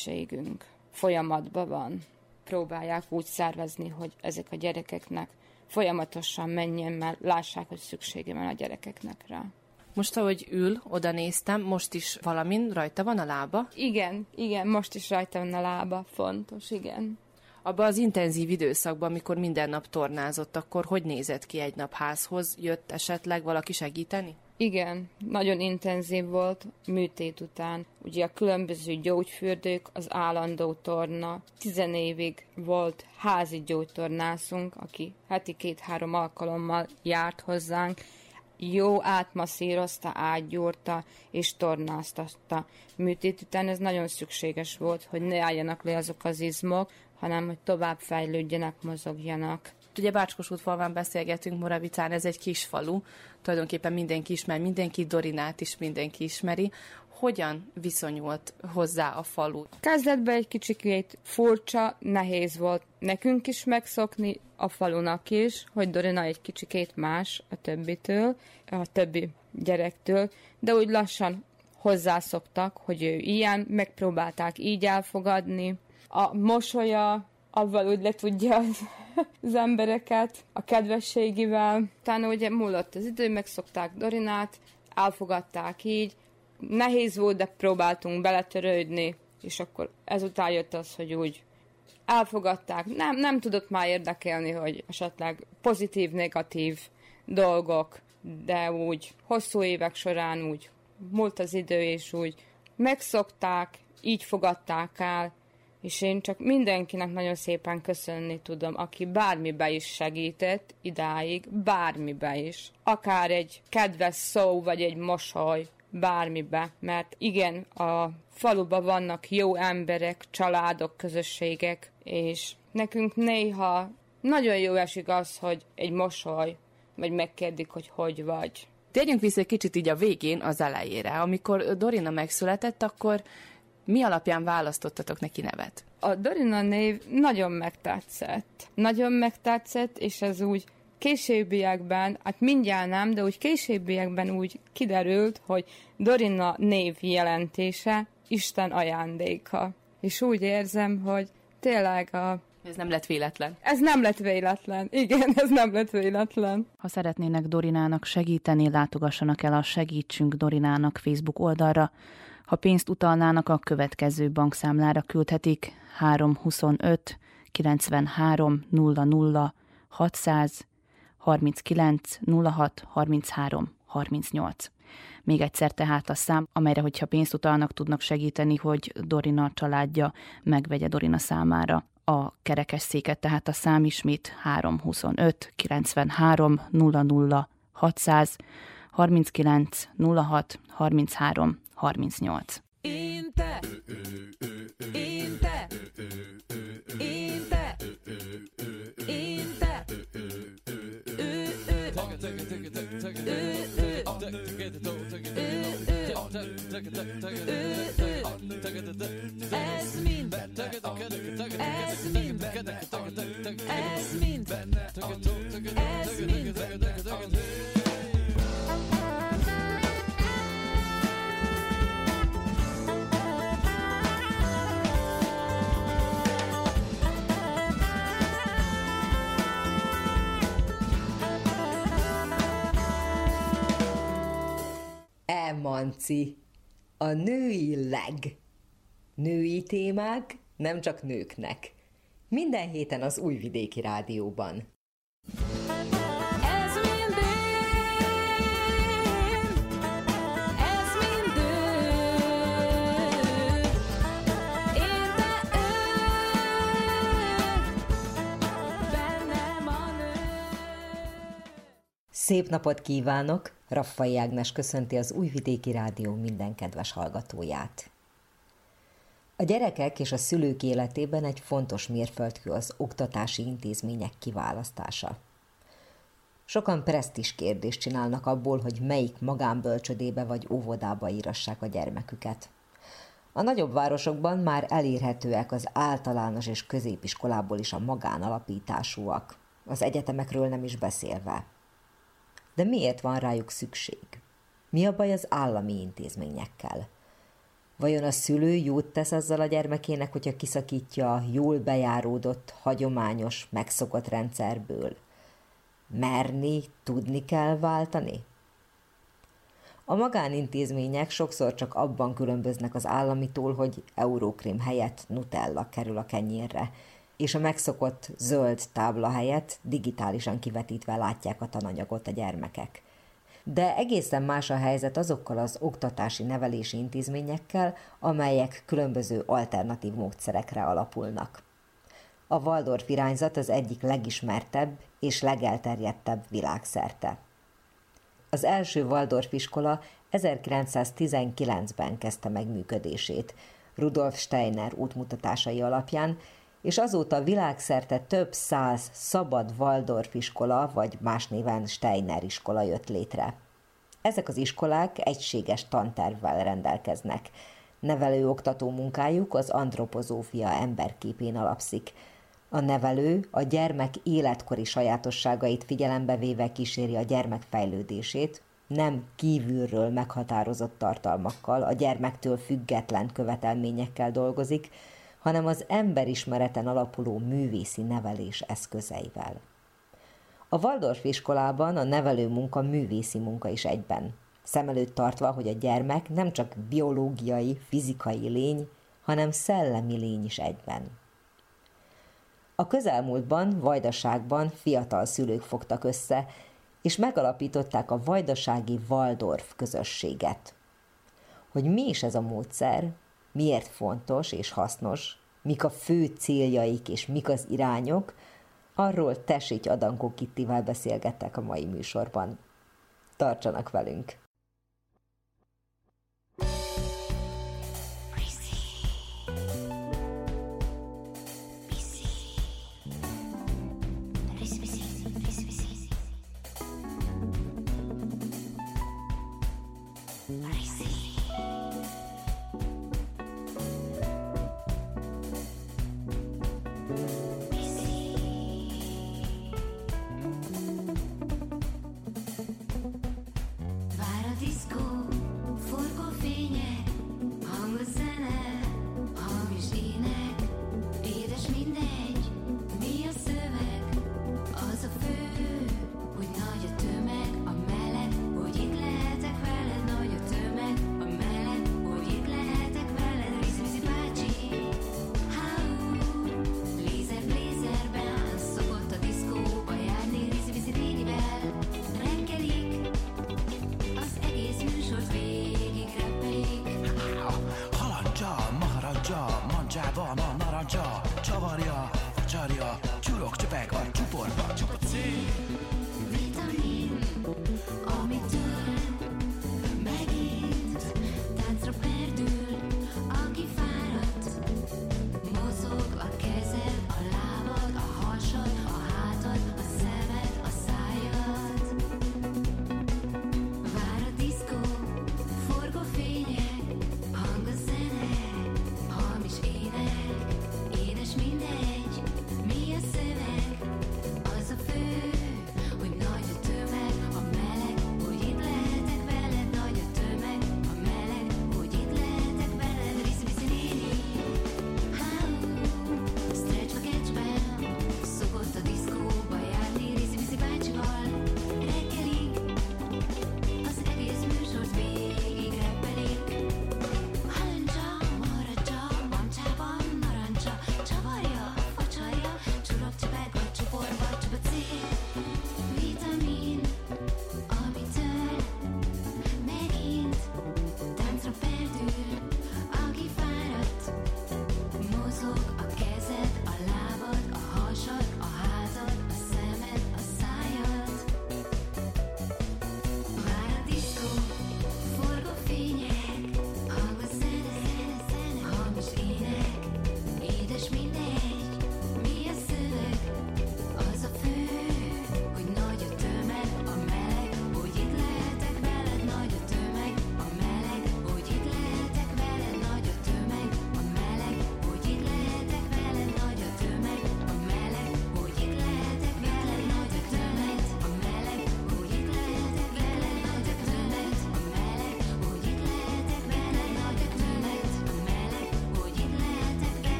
lehetőségünk. Folyamatban van. Próbálják úgy szervezni, hogy ezek a gyerekeknek folyamatosan menjen, mert lássák, hogy szüksége van a gyerekeknek rá. Most, ahogy ül, oda néztem, most is valamin rajta van a lába? Igen, igen, most is rajta van a lába, fontos, igen. Abban az intenzív időszakban, amikor minden nap tornázott, akkor hogy nézett ki egy nap házhoz? Jött esetleg valaki segíteni? Igen, nagyon intenzív volt műtét után. Ugye a különböző gyógyfürdők, az állandó torna. Tizen évig volt házi gyógytornászunk, aki heti két-három alkalommal járt hozzánk. Jó átmasszírozta, átgyúrta és tornáztatta. Műtét után ez nagyon szükséges volt, hogy ne álljanak le azok az izmok, hanem hogy tovább fejlődjenek, mozogjanak. Ugye Bácskosútfalván beszélgetünk, Moravicán, ez egy kis falu, tulajdonképpen mindenki ismer, mindenki, Dorinát is mindenki ismeri. Hogyan viszonyult hozzá a falu? Kezdetben egy kicsikét furcsa, nehéz volt nekünk is megszokni, a falunak is, hogy Dorina egy kicsikét más a többitől, a többi gyerektől, de úgy lassan hozzászoktak, hogy ő ilyen, megpróbálták így elfogadni. A mosolya, avval úgy le tudja az, az embereket, a kedvességével. Utána ugye múlott az idő, megszokták Dorinát, elfogadták így. Nehéz volt, de próbáltunk beletörődni, és akkor ezután jött az, hogy úgy elfogadták. Nem, nem tudott már érdekelni, hogy esetleg pozitív, negatív dolgok, de úgy hosszú évek során úgy múlt az idő, és úgy megszokták, így fogadták el, és én csak mindenkinek nagyon szépen köszönni tudom, aki bármibe is segített idáig, bármibe is. Akár egy kedves szó, vagy egy mosoly, bármibe, mert igen, a faluban vannak jó emberek, családok, közösségek, és nekünk néha nagyon jó esik az, hogy egy mosoly, vagy megkérdik, hogy hogy vagy. Térjünk vissza egy kicsit így a végén az elejére. Amikor Dorina megszületett, akkor mi alapján választottatok neki nevet? A Dorina név nagyon megtetszett. Nagyon megtetszett, és ez úgy későbbiekben, hát mindjárt nem, de úgy későbbiekben úgy kiderült, hogy Dorina név jelentése Isten ajándéka. És úgy érzem, hogy tényleg a... Ez nem lett véletlen. Ez nem lett véletlen. Igen, ez nem lett véletlen. Ha szeretnének Dorinának segíteni, látogassanak el a Segítsünk Dorinának Facebook oldalra. Ha pénzt utalnának, a következő bankszámlára küldhetik három huszonöt kilencvenhárom nulla nulla hatszáz harminckilenc nulla hat harminchárom harmincnyolc. Még egyszer tehát a szám, amelyre, hogyha pénzt utalnak, tudnak segíteni, hogy Dorina családja megvegye Dorina számára a kerekesszéket, tehát a szám ismét három huszonöt kilencvenhárom nulla nulla hatszáz harminckilenc nulla hat harminchárom harmincnyolc. Én te, én te, én te, én te, ez mind, ez mind, ez mind, ez mind. Emanci, a női leg. Női témák nem csak nőknek. Minden héten az Újvidéki Rádióban. Ez mind én, ez mind ő, én te ő, bennem a nő. Szép napot kívánok! Raffai Ágnes köszönti az Újvidéki Rádió minden kedves hallgatóját. A gyerekek és a szülők életében egy fontos mérföldkő az oktatási intézmények kiválasztása. Sokan presztízs kérdést csinálnak abból, hogy melyik magánbölcsödébe vagy óvodába írassák a gyermeküket. A nagyobb városokban már elérhetőek az általános és középiskolából is a magánalapításúak, az egyetemekről nem is beszélve. De miért van rájuk szükség? Mi a baj az állami intézményekkel? Vajon a szülő jót tesz azzal a gyermekének, hogyha kiszakítja a jól bejáródott, hagyományos, megszokott rendszerből? merni, tudni kell váltani? A magánintézmények sokszor csak abban különböznek az államitól, hogy eurókrém helyett Nutella kerül a kenyérre, és a megszokott zöld tábla helyett digitálisan kivetítve látják a tananyagot a gyermekek. De egészen más a helyzet azokkal az oktatási nevelési intézményekkel, amelyek különböző alternatív módszerekre alapulnak. A Waldorf irányzat az egyik legismertebb és legelterjedtebb világszerte. Az első Waldorf iskola ezerkilencszáztizenkilencben kezdte meg működését, Rudolf Steiner útmutatásai alapján, és azóta világszerte több száz szabad Waldorf iskola, vagy más néven Steiner iskola jött létre. Ezek az iskolák egységes tantervvel rendelkeznek. Nevelő-oktató munkájuk az antropozófia emberképén alapszik. A nevelő a gyermek életkori sajátosságait figyelembe véve kíséri a gyermek fejlődését, nem kívülről meghatározott tartalmakkal, a gyermektől független követelményekkel dolgozik, hanem az emberismereten alapuló művészi nevelés eszközeivel. A Waldorf iskolában a nevelő munka művészi munka is egyben, szem előtt tartva, hogy a gyermek nem csak biológiai, fizikai lény, hanem szellemi lény is egyben. A közelmúltban, Vajdaságban fiatal szülők fogtak össze, és megalapították a vajdasági Waldorf közösséget. Hogy mi is ez a módszer, miért fontos és hasznos, mik a fő céljaik és mik az irányok, arról Tesséty Adankó Kittivel beszélgettek a mai műsorban. Tartsanak velünk! Bye.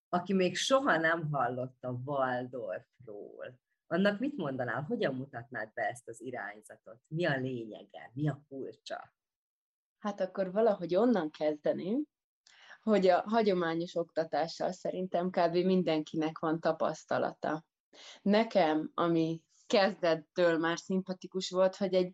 aki még soha nem hallott a Waldorfról, annak mit mondanál, hogyan mutatnád be ezt az irányzatot? Mi a lényege, mi a kulcsa? Hát akkor valahogy onnan kezdeném, hogy a hagyományos oktatással szerintem kb. Mindenkinek van tapasztalata. Nekem, ami kezdettől már szimpatikus volt, hogy egy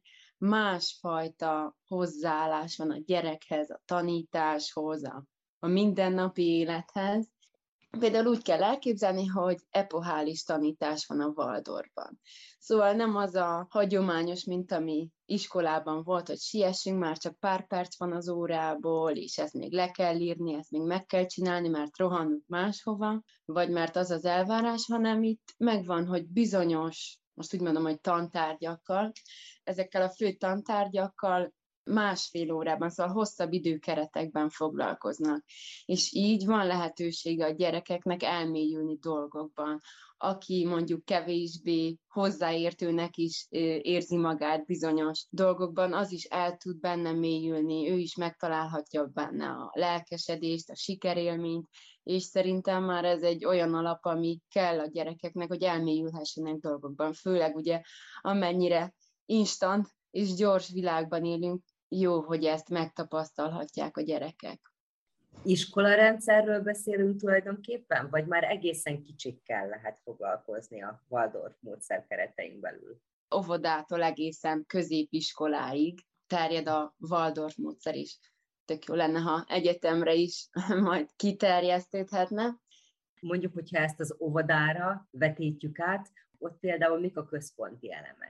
másfajta hozzáállás van a gyerekhez, a tanításhoz, a, a mindennapi élethez. Például úgy kell elképzelni, hogy epohális tanítás van a Waldorfban. Szóval nem az a hagyományos, mint ami iskolában volt, hogy siessünk, már csak pár perc van az órából, és ezt még le kell írni, ezt még meg kell csinálni, mert rohanunk máshova, vagy mert az az elvárás, hanem itt megvan, hogy bizonyos, most úgy mondom, hogy tantárgyakkal, ezekkel a fő tantárgyakkal másfél órában, szóval hosszabb időkeretekben foglalkoznak. És így van lehetősége a gyerekeknek elmélyülni dolgokban. Aki mondjuk kevésbé hozzáértőnek is érzi magát bizonyos dolgokban, az is el tud benne mélyülni, ő is megtalálhatja benne a lelkesedést, a sikerélményt, és szerintem már ez egy olyan alap, ami kell a gyerekeknek, hogy elmélyülhessenek dolgokban. Főleg ugye amennyire instant és gyors világban élünk, jó, hogy ezt megtapasztalhatják a gyerekek. Iskolarendszerről beszélünk tulajdonképpen, vagy már egészen kicsikkel lehet foglalkozni a Waldorf módszer keretein belül? Óvodától egészen középiskoláig terjed a Waldorf módszer is. Tök jó lenne, ha egyetemre is majd kiterjesztődhetne. Mondjuk, hogyha ezt az óvodára vetítjük át, ott például mik a központi elemek?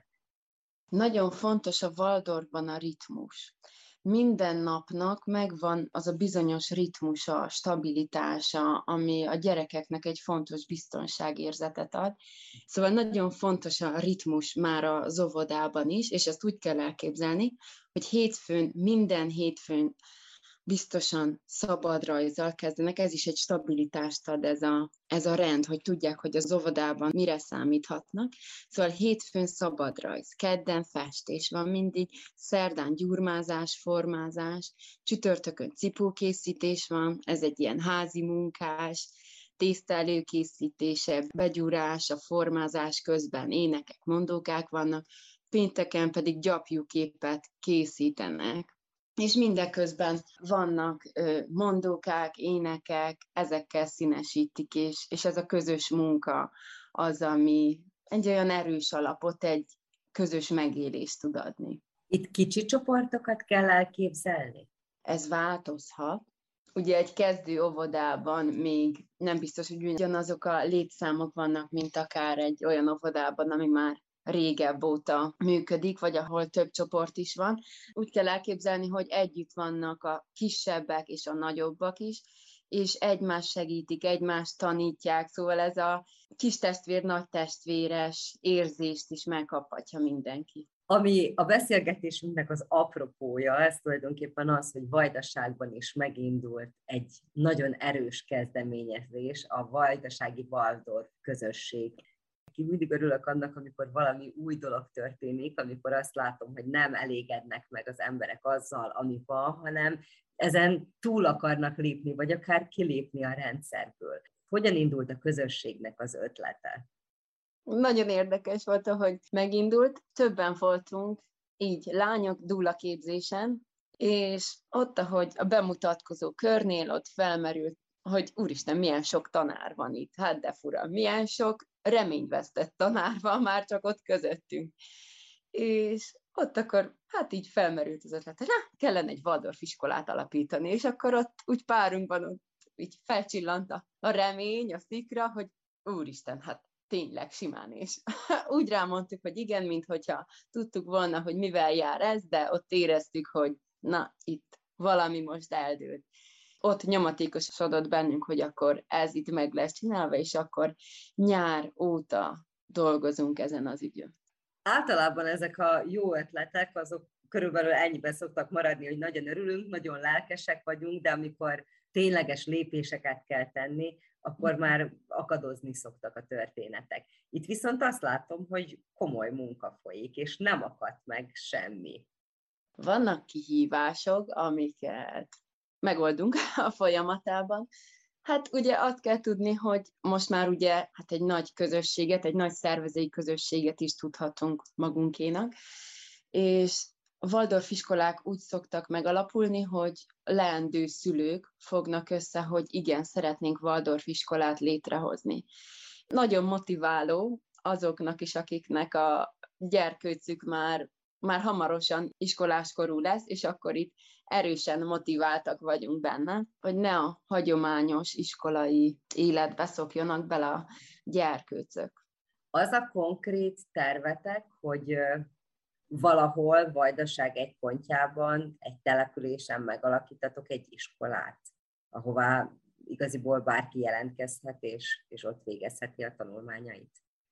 Nagyon fontos a Waldorfban a ritmus. Minden napnak megvan az a bizonyos ritmusa, stabilitása, ami a gyerekeknek egy fontos biztonságérzetet ad. Szóval nagyon fontos a ritmus már az óvodában is, és ezt úgy kell elképzelni, hogy hétfőn, minden hétfőn biztosan szabadrajzzal kezdenek, ez is egy stabilitást ad ez a, ez a rend, hogy tudják, hogy az óvodában mire számíthatnak. Szóval hétfőn szabadrajz, kedden festés van mindig, szerdán gyurmázás, formázás, csütörtökön cipókészítés van, ez egy ilyen házi munkás, tészta előkészítése, begyúrás, a formázás közben énekek, mondókák vannak, pénteken pedig gyapjúképet készítenek. És mindeközben vannak mondókák, énekek, ezekkel színesítik, és, és ez a közös munka az, ami egy olyan erős alapot, egy közös megélést tud adni. Itt kicsi csoportokat kell elképzelni? Ez változhat. Ugye egy kezdő óvodában még nem biztos, hogy ugyanazok a létszámok vannak, mint akár egy olyan óvodában, ami már régebb óta működik, vagy ahol több csoport is van. Úgy kell elképzelni, hogy együtt vannak a kisebbek és a nagyobbak is, és egymást segítik, egymást tanítják, szóval ez a kis testvér, nagy testvéres érzést is megkaphatja mindenki. Ami a beszélgetésünknek az apropója, ez tulajdonképpen az, hogy Vajdaságban is megindult egy nagyon erős kezdeményezés, a Vajdasági Waldorf közösség. Mindig örülök annak, amikor valami új dolog történik, amikor azt látom, hogy nem elégednek meg az emberek azzal, ami van, hanem ezen túl akarnak lépni, vagy akár kilépni a rendszerből. Hogyan indult a közösségnek az ötlete? Nagyon érdekes volt, ahogy megindult. Többen voltunk, így lányok dúlaképzésen, és ott, ahogy a bemutatkozó körnél ott felmerült, hogy úristen, milyen sok tanár van itt, hát de fura, milyen sok reményvesztett tanár van már csak ott közöttünk. És ott akkor, hát így felmerült az ötlet, hogy na, kellene egy Waldorf iskolát alapítani, és akkor ott úgy párunkban ott így felcsillant a, a remény, a szikra, hogy úristen, hát tényleg simán, és úgy rámondtuk, hogy igen, minthogyha tudtuk volna, hogy mivel jár ez, de ott éreztük, hogy na, itt valami most eldőlt. Ott nyomatékosodott bennünk, hogy akkor ez itt meg lesz csinálva, és akkor nyár óta dolgozunk ezen az ügyön. Általában ezek a jó ötletek, azok körülbelül ennyiben szoktak maradni, hogy nagyon örülünk, nagyon lelkesek vagyunk, de amikor tényleges lépéseket kell tenni, akkor már akadozni szoktak a történetek. Itt viszont azt látom, hogy komoly munka folyik, és nem akadt meg semmi. Vannak kihívások, amiket megoldunk a folyamatában. Hát ugye azt kell tudni, hogy most már ugye hát egy nagy közösséget, egy nagy szervezői közösséget is tudhatunk magunkénak, és a Waldorf iskolák úgy szoktak megalapulni, hogy leendő szülők fognak össze, hogy igen, szeretnénk Waldorf iskolát létrehozni. Nagyon motiváló azoknak is, akiknek a gyerkőcük már, már hamarosan iskoláskorú lesz, és akkor itt erősen motiváltak vagyunk benne, hogy ne a hagyományos iskolai életbe szokjanak bele a gyerkőcök. Az a konkrét tervetek, hogy valahol Vajdaság egy pontjában, egy településen megalakítatok egy iskolát, ahová igaziból bárki jelentkezhet, és, és ott végezheti a tanulmányait.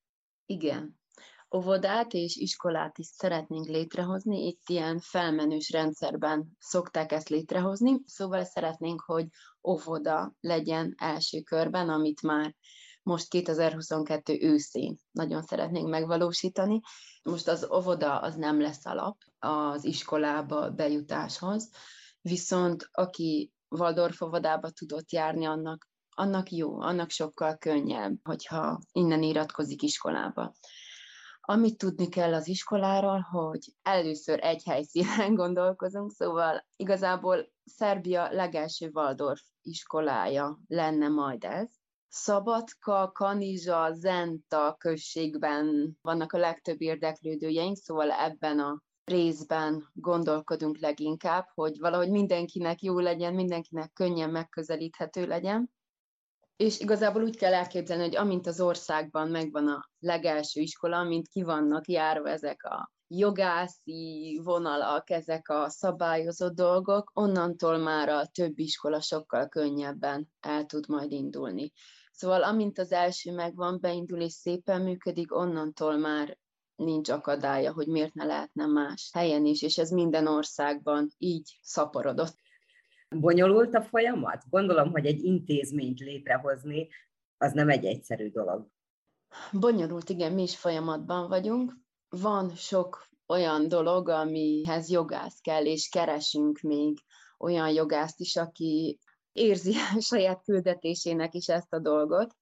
Igen. Óvodát és iskolát is szeretnénk létrehozni, itt ilyen felmenős rendszerben szokták ezt létrehozni, szóval szeretnénk, hogy óvoda legyen első körben, amit már most kétezer-huszonkettő őszén nagyon szeretnénk megvalósítani. Most az óvoda az nem lesz alap az iskolába bejutáshoz, viszont aki Waldorf óvodába tudott járni, annak, annak jó, annak sokkal könnyebb, hogyha innen iratkozik iskolába. Amit tudni kell az iskoláról, hogy először egy helyszínen gondolkozunk, szóval igazából Szerbia legelső Waldorf iskolája lenne majd ez. Szabadka, Kanizsa, Zenta községben vannak a legtöbb érdeklődőjeink, szóval ebben a részben gondolkodunk leginkább, hogy valahogy mindenkinek jó legyen, mindenkinek könnyen megközelíthető legyen. És igazából úgy kell elképzelni, hogy amint az országban megvan a legelső iskola, amint ki vannak járva ezek a jogászi vonalak, ezek a szabályozott dolgok, onnantól már a többi iskola sokkal könnyebben el tud majd indulni. Szóval amint az első megvan, beindul és szépen működik, onnantól már nincs akadálya, hogy miért ne lehetne más helyen is, és ez minden országban így szaporodott. Bonyolult a folyamat? Gondolom, hogy egy intézményt létrehozni, az nem egy egyszerű dolog. Bonyolult, igen, mi is folyamatban vagyunk. Van sok olyan dolog, amihez jogász kell, és keresünk még olyan jogászt is, aki érzi a saját küldetésének is ezt a dolgot.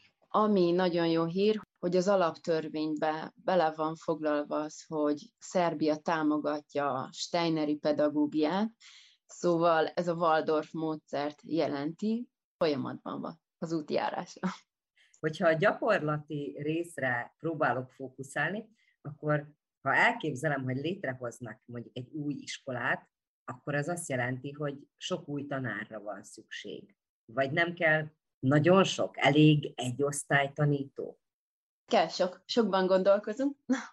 Ami nagyon jó hír, hogy az alaptörvénybe bele van foglalva az, hogy Szerbia támogatja a steineri pedagógiát, szóval ez a Waldorf módszert jelenti, folyamatban van az útjárásra. Hogyha a gyakorlati részre próbálok fókuszálni, akkor ha elképzelem, hogy létrehoznak mondjuk egy új iskolát, akkor az azt jelenti, hogy sok új tanárra van szükség. Vagy nem kell nagyon sok, elég egy osztálytanító? Kell sok, sokban gondolkozunk.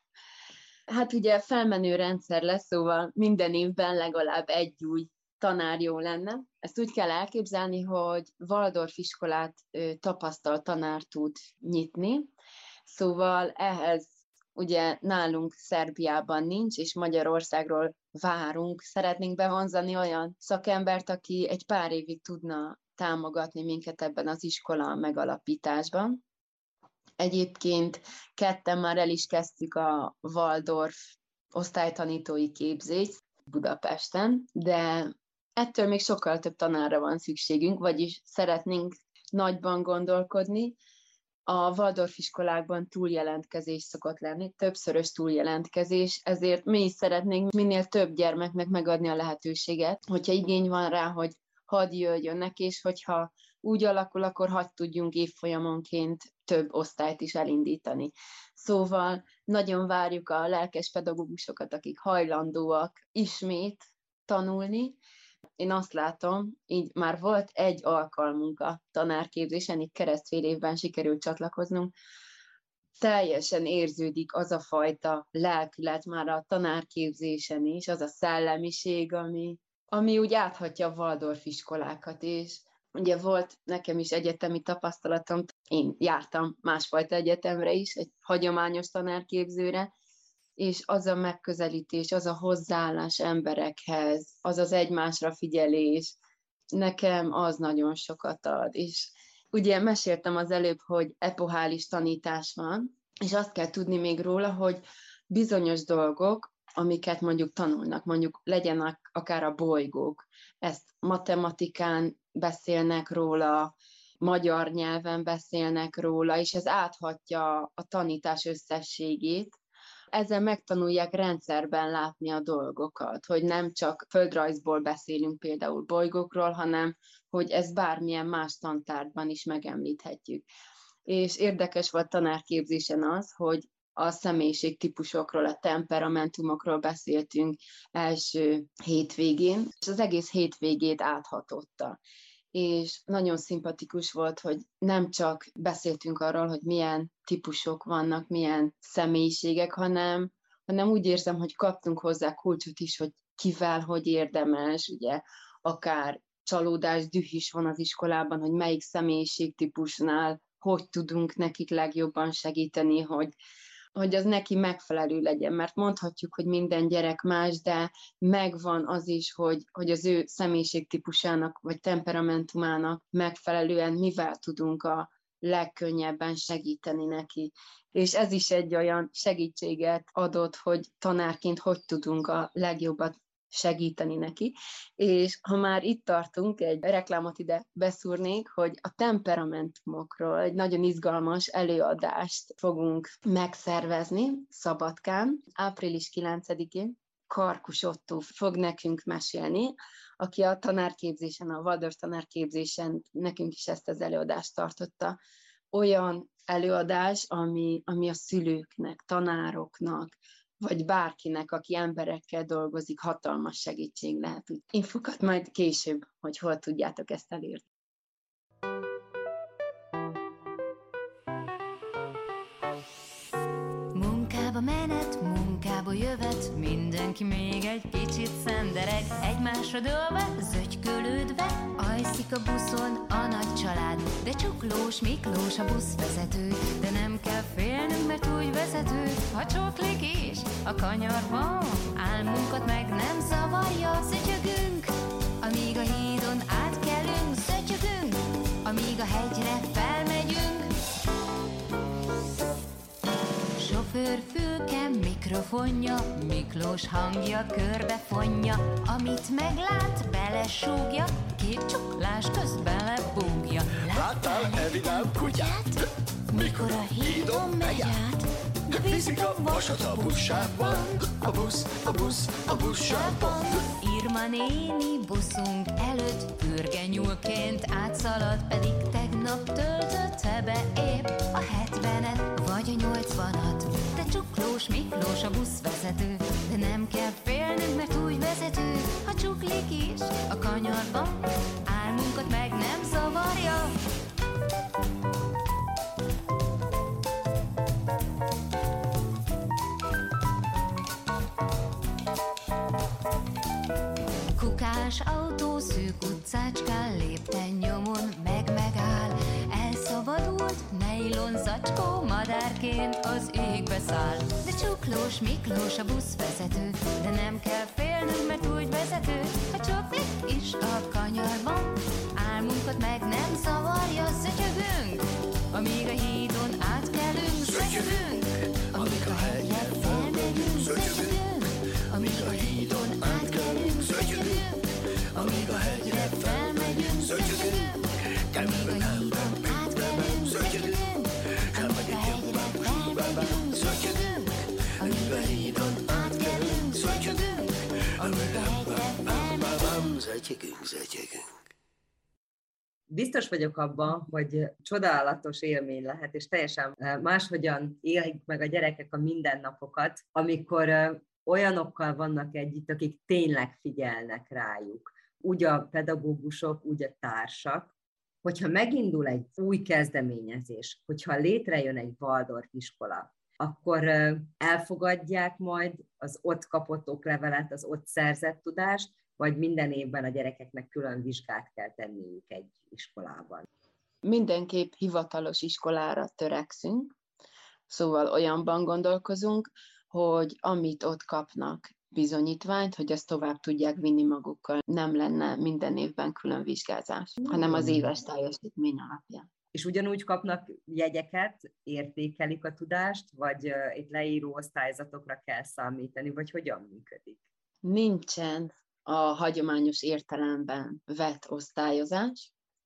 Hát ugye felmenő rendszer lesz, szóval minden évben legalább egy új tanár jó lenne. Ezt úgy kell elképzelni, hogy Waldorf iskolát ö, tapasztalt tanár tud nyitni, szóval ehhez ugye nálunk Szerbiában nincs, és Magyarországról várunk, szeretnénk bevonzani olyan szakembert, aki egy pár évig tudna támogatni minket ebben az iskola megalapításban. Egyébként ketten már el is kezdtük a Waldorf osztálytanítói képzést Budapesten, de ettől még sokkal több tanárra van szükségünk, vagyis szeretnénk nagyban gondolkodni. A Waldorf iskolákban túljelentkezés szokott lenni, többszörös túljelentkezés, ezért mi is szeretnénk minél több gyermeknek megadni a lehetőséget, hogyha igény van rá, hogy hadd jöjjönnek, és hogyha úgy alakul, akkor hadd tudjunk évfolyamonként több osztályt is elindítani. Szóval nagyon várjuk a lelkes pedagógusokat, akik hajlandóak ismét tanulni. Én azt látom, így már volt egy alkalmunk a tanárképzésen, itt keresztfél évben sikerült csatlakoznunk, teljesen érződik az a fajta lelkület már a tanárképzésen is, az a szellemiség, ami, ami úgy áthatja a Waldorf iskolákat, és ugye volt nekem is egyetemi tapasztalatom, én jártam másfajta egyetemre is, egy hagyományos tanárképzőre, és az a megközelítés, az a hozzáállás emberekhez, az az egymásra figyelés, nekem az nagyon sokat ad. És ugye meséltem az előbb, hogy epohális tanítás van, és azt kell tudni még róla, hogy bizonyos dolgok, amiket mondjuk tanulnak, mondjuk legyenek akár a bolygók, ezt matematikán beszélnek róla, magyar nyelven beszélnek róla, és ez áthatja a tanítás összességét. Ezzel megtanulják rendszerben látni a dolgokat, hogy nem csak földrajzból beszélünk például bolygókról, hanem hogy ezt bármilyen más tantárgyban is megemlíthetjük. És érdekes volt tanárképzésen az, hogy a személyiségtípusokról, a temperamentumokról beszéltünk első hétvégén, és az egész hétvégét áthatotta. És nagyon szimpatikus volt, hogy nem csak beszéltünk arról, hogy milyen típusok vannak, milyen személyiségek, hanem, hanem úgy érzem, hogy kaptunk hozzá kulcsot is, hogy kivel, hogy érdemes, ugye akár csalódás, düh is van az iskolában, hogy melyik személyiségtípusnál hogy tudunk nekik legjobban segíteni, hogy, hogy az neki megfelelő legyen, mert mondhatjuk, hogy minden gyerek más, de megvan az is, hogy, hogy az ő személyiségtípusának vagy temperamentumának megfelelően mivel tudunk a legkönnyebben segíteni neki. És ez is egy olyan segítséget adott, hogy tanárként hogy tudunk a legjobbat segíteni neki. És ha már itt tartunk, egy reklámot ide beszúrnék, hogy a temperamentumokról egy nagyon izgalmas előadást fogunk megszervezni Szabadkán, április kilencedikén. Karkus Ottó fog nekünk mesélni, aki a tanárképzésen, a Waldorf tanárképzésen nekünk is ezt az előadást tartotta. Olyan előadás, ami, ami a szülőknek, tanároknak, vagy bárkinek, aki emberekkel dolgozik, hatalmas segítség lehet. Infokat majd később, hogy hol tudjátok ezt elérni. Munkába menet, munkába jövet, mindenki még egy kicsit szendereg, egymásra dőlve, zögykölődve, alszik a buszon a nagy család, de Csuklós Miklós a buszvezető, de nem kell félnünk, mert úgy vezető, ha csoklik is a kanyarban, álmunkat meg nem zavarja, szötyögünk, amíg a hídon átkelünk, szötyögünk, amíg a hegyre felmegyünk. Sofőrfülke mikrofonja, Miklós hangja körbefonja, amit meglát, belesúgja, két csuklás közben lebúgja. Láttál evidám kutyát, mikor a hídon megy át? Viszik a vasat a buszsávban, a busz, a busz, a buszsávban. Irma néni buszunk előtt pürgenyulként átszalad, pedig tegnap töltötte be épp a hetvenet vagy a nyolcvanat. De Csuklós Miklós a buszvezető, de nem kell félnünk, mert úgy vezető, ha csuklik is a kanyarban, álmunkat meg nem zavarja. Kukás autó szűk utcácskán, lépten nyomon meg megáll, elszabadult nejlon zacskó, madárként az égbe száll. De Csuklós Miklós a buszvezető, de nem kell félnünk, mert úgy vezető, ha csoklik is a kanyarban, álmunkat meg nem zavarja, szötyögünk, amíg a hídon átkelünk, szötyögünk, amíg a hegyre felmegyünk, szötyögünk, amíg a hídon átkelünk, szötyögünk, amíg a hegyre felmegyünk, szötyögünk, amíg a hídon átkelünk, szötyögünk, amíg a hegyre felmegyünk, szötyögünk, amíg a hídon átkelünk, szötyögünk, amíg a hegyre felmegyünk, szötyögünk, szötyögünk. Biztos vagyok abban, hogy csodálatos élmény lehet, és teljesen máshogyan élik meg a gyerekek a mindennapokat, amikor olyanokkal vannak együtt, akik tényleg figyelnek rájuk. Úgy a pedagógusok, úgy a társak. Hogyha megindul egy új kezdeményezés, hogyha létrejön egy Waldorf iskola, akkor elfogadják majd az ott kapott oklevelet, az ott szerzett tudást, vagy minden évben a gyerekeknek külön vizsgát kell tenniük egy iskolában? Mindenképp hivatalos iskolára törekszünk, szóval olyanban gondolkozunk, hogy amit ott kapnak bizonyítványt, hogy ezt tovább tudják vinni magukkal. Nem lenne minden évben külön vizsgázás, hanem az éves teljesítmény alapján. És ugyanúgy kapnak jegyeket, értékelik a tudást, vagy uh, itt leíró osztályzatokra kell számítani, vagy hogyan működik? Nincsen a hagyományos értelemben vett osztályozás,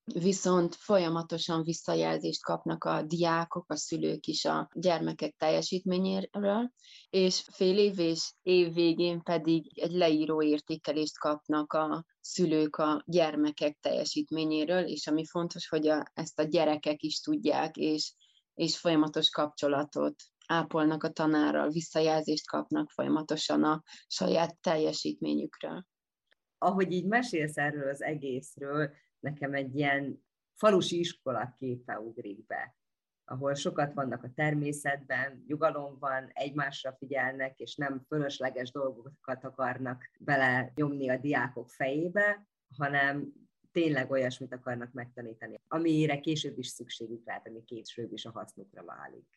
viszont folyamatosan visszajelzést kapnak a diákok, a szülők is a gyermekek teljesítményéről, és fél év és év végén pedig egy leíró értékelést kapnak a szülők a gyermekek teljesítményéről, és ami fontos, hogy a, ezt a gyerekek is tudják, és, és folyamatos kapcsolatot ápolnak a tanárral, visszajelzést kapnak folyamatosan a saját teljesítményükről. Ahogy így mesélsz erről az egészről, nekem egy ilyen falusi iskola képe ugrik be, ahol sokat vannak a természetben, nyugalom van, egymásra figyelnek, és nem fölösleges dolgokat akarnak bele nyomni a diákok fejébe, hanem tényleg olyasmit akarnak megtanítani, amire később is szükségük lehet, ami később is a hasznukra válik.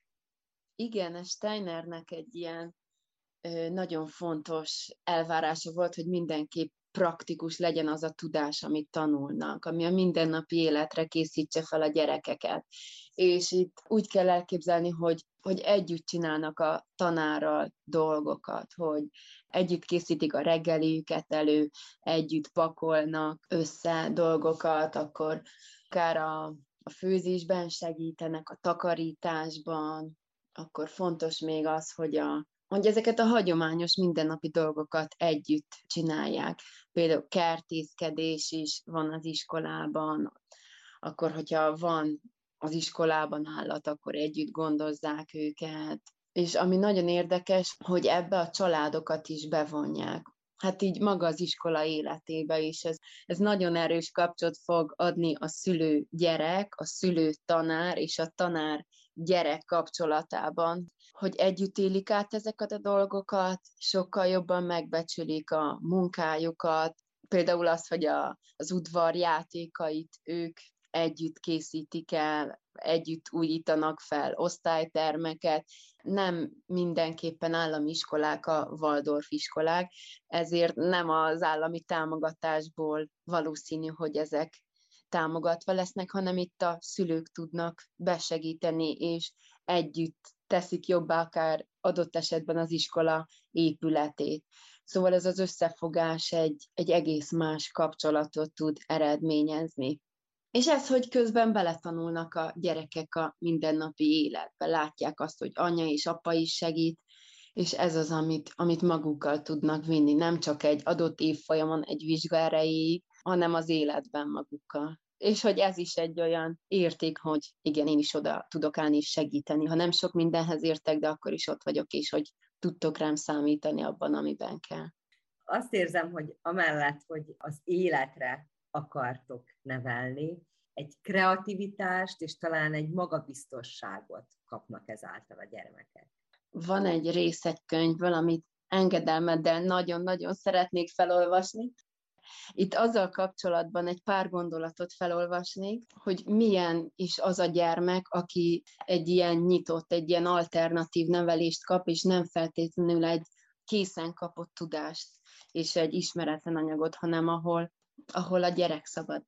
Igen, Steinernek egy ilyen ö, nagyon fontos elvárása volt, hogy mindenképp praktikus legyen az a tudás, amit tanulnak, ami a mindennapi életre készítse fel a gyerekeket. És itt úgy kell elképzelni, hogy, hogy együtt csinálnak a tanárral dolgokat, hogy együtt készítik a reggeliüket elő, együtt pakolnak össze dolgokat, akkor akár a, a főzésben segítenek, a takarításban, akkor fontos még az, hogy a hogy ezeket a hagyományos mindennapi dolgokat együtt csinálják. Például kertészkedés is van az iskolában, akkor, hogyha van az iskolában állat, akkor együtt gondozzák őket. És ami nagyon érdekes, hogy ebbe a családokat is bevonják. Hát így maga az iskola életébe is. Ez, ez nagyon erős kapcsot fog adni a szülő-gyerek, a szülő-tanár és a tanár-gyerek kapcsolatában, hogy együtt élik át ezeket a dolgokat, sokkal jobban megbecsülik a munkájukat, például az, hogy a, az udvar játékait ők együtt készítik el, együtt újítanak fel osztálytermeket, nem mindenképpen állami iskolák a Waldorf iskolák, ezért nem az állami támogatásból valószínű, hogy ezek támogatva lesznek, hanem itt a szülők tudnak besegíteni, és együtt teszik jobbá akár adott esetben az iskola épületét. Szóval ez az összefogás egy, egy egész más kapcsolatot tud eredményezni. És ez, hogy közben beletanulnak a gyerekek a mindennapi életbe, látják azt, hogy anya és apa is segít, és ez az, amit, amit magukkal tudnak vinni, nem csak egy adott évfolyamon, egy vizsga erejéig, hanem az életben magukkal. És hogy ez is egy olyan érték, hogy igen, én is oda tudok állni és segíteni. Ha nem sok mindenhez értek, de akkor is ott vagyok, és hogy tudtok rám számítani abban, amiben kell. Azt érzem, hogy amellett, hogy az életre akartok nevelni, egy kreativitást és talán egy magabiztosságot kapnak ezáltal a gyermekek. Van egy rész egy könyvből, amit engedelmeddel nagyon-nagyon szeretnék felolvasni. Itt azzal kapcsolatban egy pár gondolatot felolvasnék, hogy milyen is az a gyermek, aki egy ilyen nyitott, egy ilyen alternatív nevelést kap, és nem feltétlenül egy készen kapott tudást és egy ismeretlen anyagot, hanem ahol, ahol a gyerek szabad.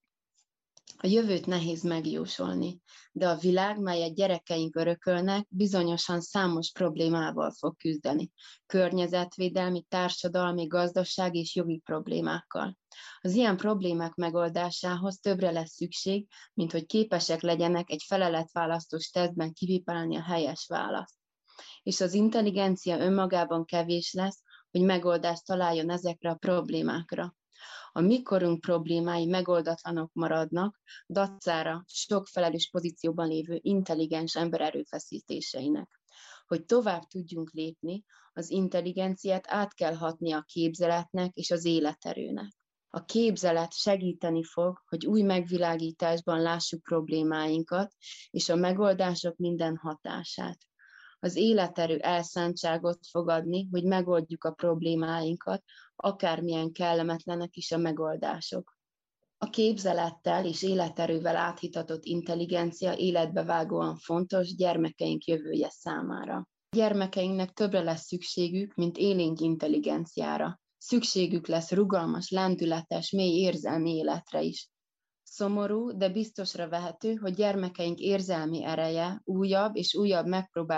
A jövőt nehéz megjósolni, de a világ, melyet gyerekeink örökölnek, bizonyosan számos problémával fog küzdeni. Környezetvédelmi, társadalmi, gazdasági és jogi problémákkal. Az ilyen problémák megoldásához többre lesz szükség, mint hogy képesek legyenek egy feleletválasztós tesztben kivipálni a helyes választ. És az intelligencia önmagában kevés lesz, hogy megoldást találjon ezekre a problémákra. A mi korunk problémái megoldatlanok maradnak, dacára sok felelős pozícióban lévő intelligens ember erőfeszítéseinek. Hogy tovább tudjunk lépni, az intelligenciát át kell hatni a képzeletnek és az életerőnek. A képzelet segíteni fog, hogy új megvilágításban lássuk problémáinkat és a megoldások minden hatását. Az életerő elszántságot fog adni, hogy megoldjuk a problémáinkat, akármilyen kellemetlenek is a megoldások. A képzelettel és életerővel áthitatott intelligencia életbevágóan fontos gyermekeink jövője számára. Gyermekeinknek többre lesz szükségük, mint élénk intelligenciára. Szükségük lesz rugalmas, lendületes, mély érzelmi életre is. Szomorú, de biztosra vehető, hogy gyermekeink érzelmi ereje, újabb és újabb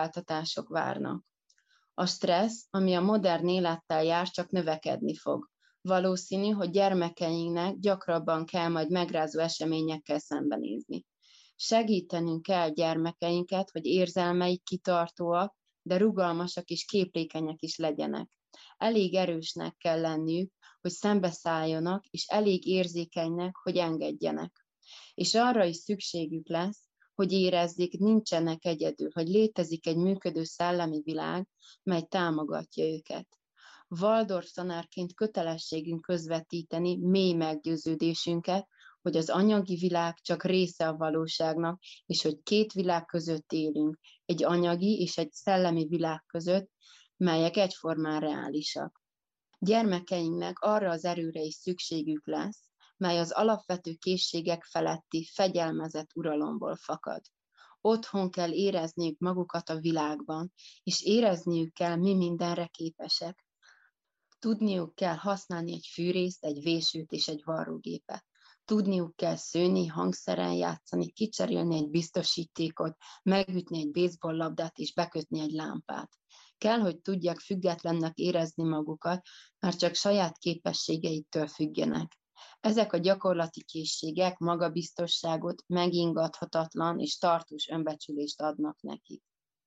megpróbáltatások várnak. A stressz, ami a modern élettel jár, csak növekedni fog. Valószínű, hogy gyermekeinknek gyakrabban kell majd megrázó eseményekkel szembenézni. Segítenünk kell gyermekeinket, hogy érzelmeik kitartóak, de rugalmasak és képlékenyek is legyenek. Elég erősnek kell lenniük, hogy szembeszálljanak, és elég érzékenynek, hogy engedjenek. És arra is szükségük lesz, hogy érezzék, nincsenek egyedül, hogy létezik egy működő szellemi világ, mely támogatja őket. Waldorf tanárként kötelességünk közvetíteni mély meggyőződésünket, hogy az anyagi világ csak része a valóságnak, és hogy két világ között élünk, egy anyagi és egy szellemi világ között, melyek egyformán reálisak. Gyermekeinknek arra az erőre is szükségük lesz, mely az alapvető készségek feletti fegyelmezett uralomból fakad. Otthon kell érezniük magukat a világban, és érezniük kell, mi mindenre képesek. Tudniuk kell használni egy fűrészt, egy vésőt és egy varrógépet. Tudniuk kell szőni, hangszeren játszani, kicserélni egy biztosítékot, megütni egy baseball-labdát és bekötni egy lámpát. Kell, hogy tudják függetlennek érezni magukat, mert csak saját képességeiktől függenek. Ezek a gyakorlati készségek magabiztosságot, megingathatatlan és tartós önbecsülést adnak nekik.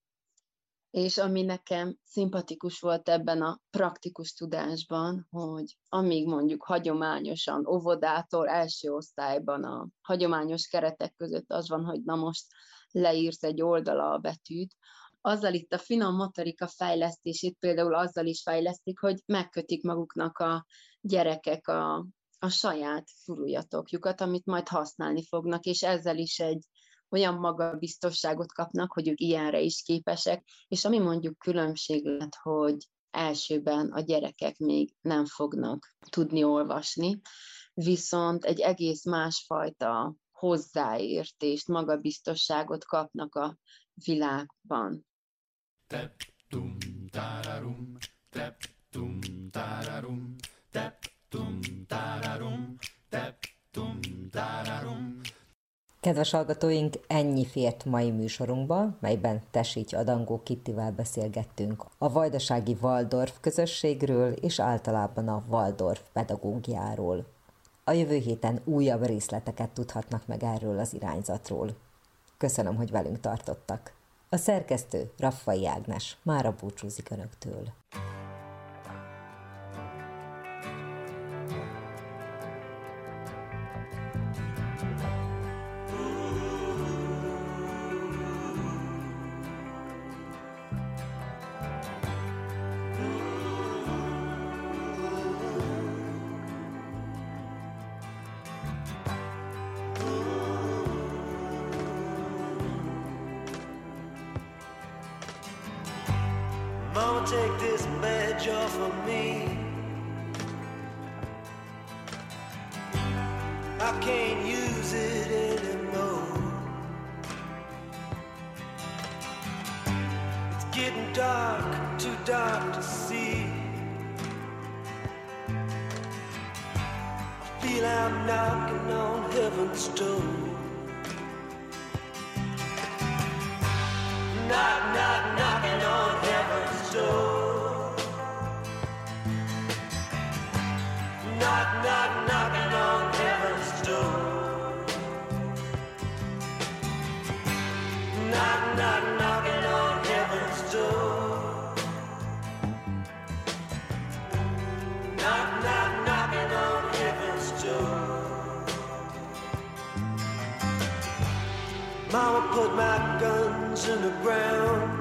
És ami nekem szimpatikus volt ebben a praktikus tudásban, hogy amíg mondjuk hagyományosan óvodától első osztályban a hagyományos keretek között az van, hogy na most leírsz egy oldala a betűt, azzal itt a finom motorika fejlesztését például azzal is fejlesztik, hogy megkötik maguknak a gyerekek a, a saját furujatokjukat, amit majd használni fognak, és ezzel is egy olyan magabiztosságot kapnak, hogy ők ilyenre is képesek, és ami mondjuk különbség lett, hogy elsőben a gyerekek még nem fognak tudni olvasni, viszont egy egész másfajta hozzáértést, magabiztosságot kapnak a világban. Tep-tum, tararum, tep-tum, tararum, tep-tum, tararum, tep-tum, tararum. Kedves hallgatóink, ennyi fért mai műsorunkba, melyben Tesíty Adangó Kittivel beszélgettünk a vajdasági Waldorf közösségről és általában a Waldorf pedagógiáról. A jövő héten újabb részleteket tudhatnak meg erről az irányzatról. Köszönöm, hogy velünk tartottak. A szerkesztő Raffai Ágnes mára búcsúzik Önöktől. Mama, take this badge off of me. I can't use it anymore. It's getting dark, too dark to see. I feel I'm knocking on heaven's door. Knock, knock, knocking on heaven's door. Knock, knock, knocking on heaven's door. Knock, knock, knocking on heaven's door. Knock, knock, knocking on heaven's door. Mama put my guns in the ground.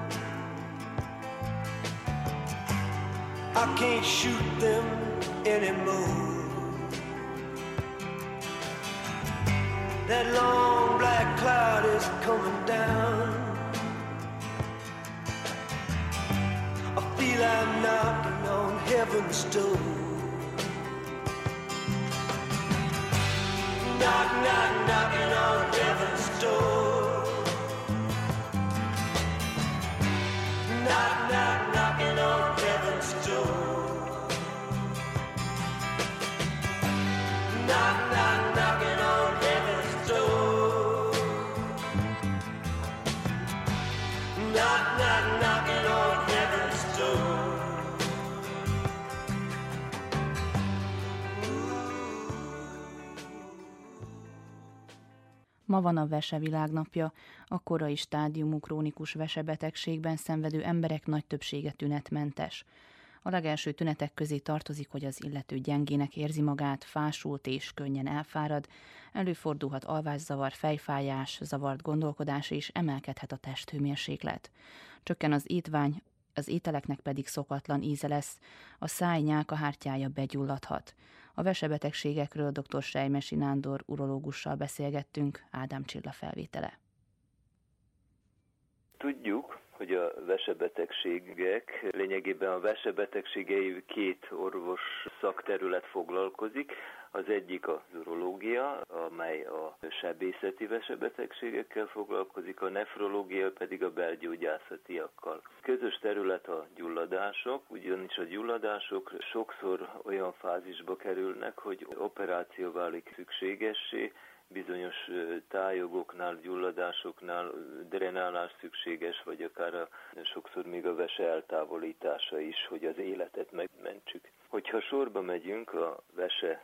I can't shoot them anymore. That long black cloud is coming down. I feel I'm knocking on heaven's door. Knock, knock, knocking on heaven's door. Knock, knock, knocking on heaven's door. Knock, knock, knocking on heaven's door. Knock, knock, knocking on heaven's door. Ma van a vese világnapja, a korai stádiumú krónikus vesebetegségben szenvedő emberek nagy többsége tünetmentes. A legelső tünetek közé tartozik, hogy az illető gyengének érzi magát, fásult és könnyen elfárad, előfordulhat alvászavar, fejfájás, zavart gondolkodás és emelkedhet a testhőmérséklet. Csökken az étvány, az ételeknek pedig szokatlan íze lesz, a száj nyálkahártyája begyulladhat. A vesebetegségekről dr. Sejmesi Nándor urológussal beszélgettünk, Ádám Csilla felvétele. Tudjuk, hogy a vesebetegségek, lényegében a vesebetegségei két orvos szakterület foglalkozik. Az egyik az urológia, amely a sebészeti vesebetegségekkel foglalkozik, a nefrológia pedig a belgyógyászatiakkal. Közös terület a gyulladások, ugyanis a gyulladások sokszor olyan fázisba kerülnek, hogy operáció válik szükségessé, bizonyos tájogoknál, gyulladásoknál drenálás szükséges, vagy akár a, sokszor még a vese eltávolítása is, hogy az életet megmentsük. Hogyha sorba megyünk a vese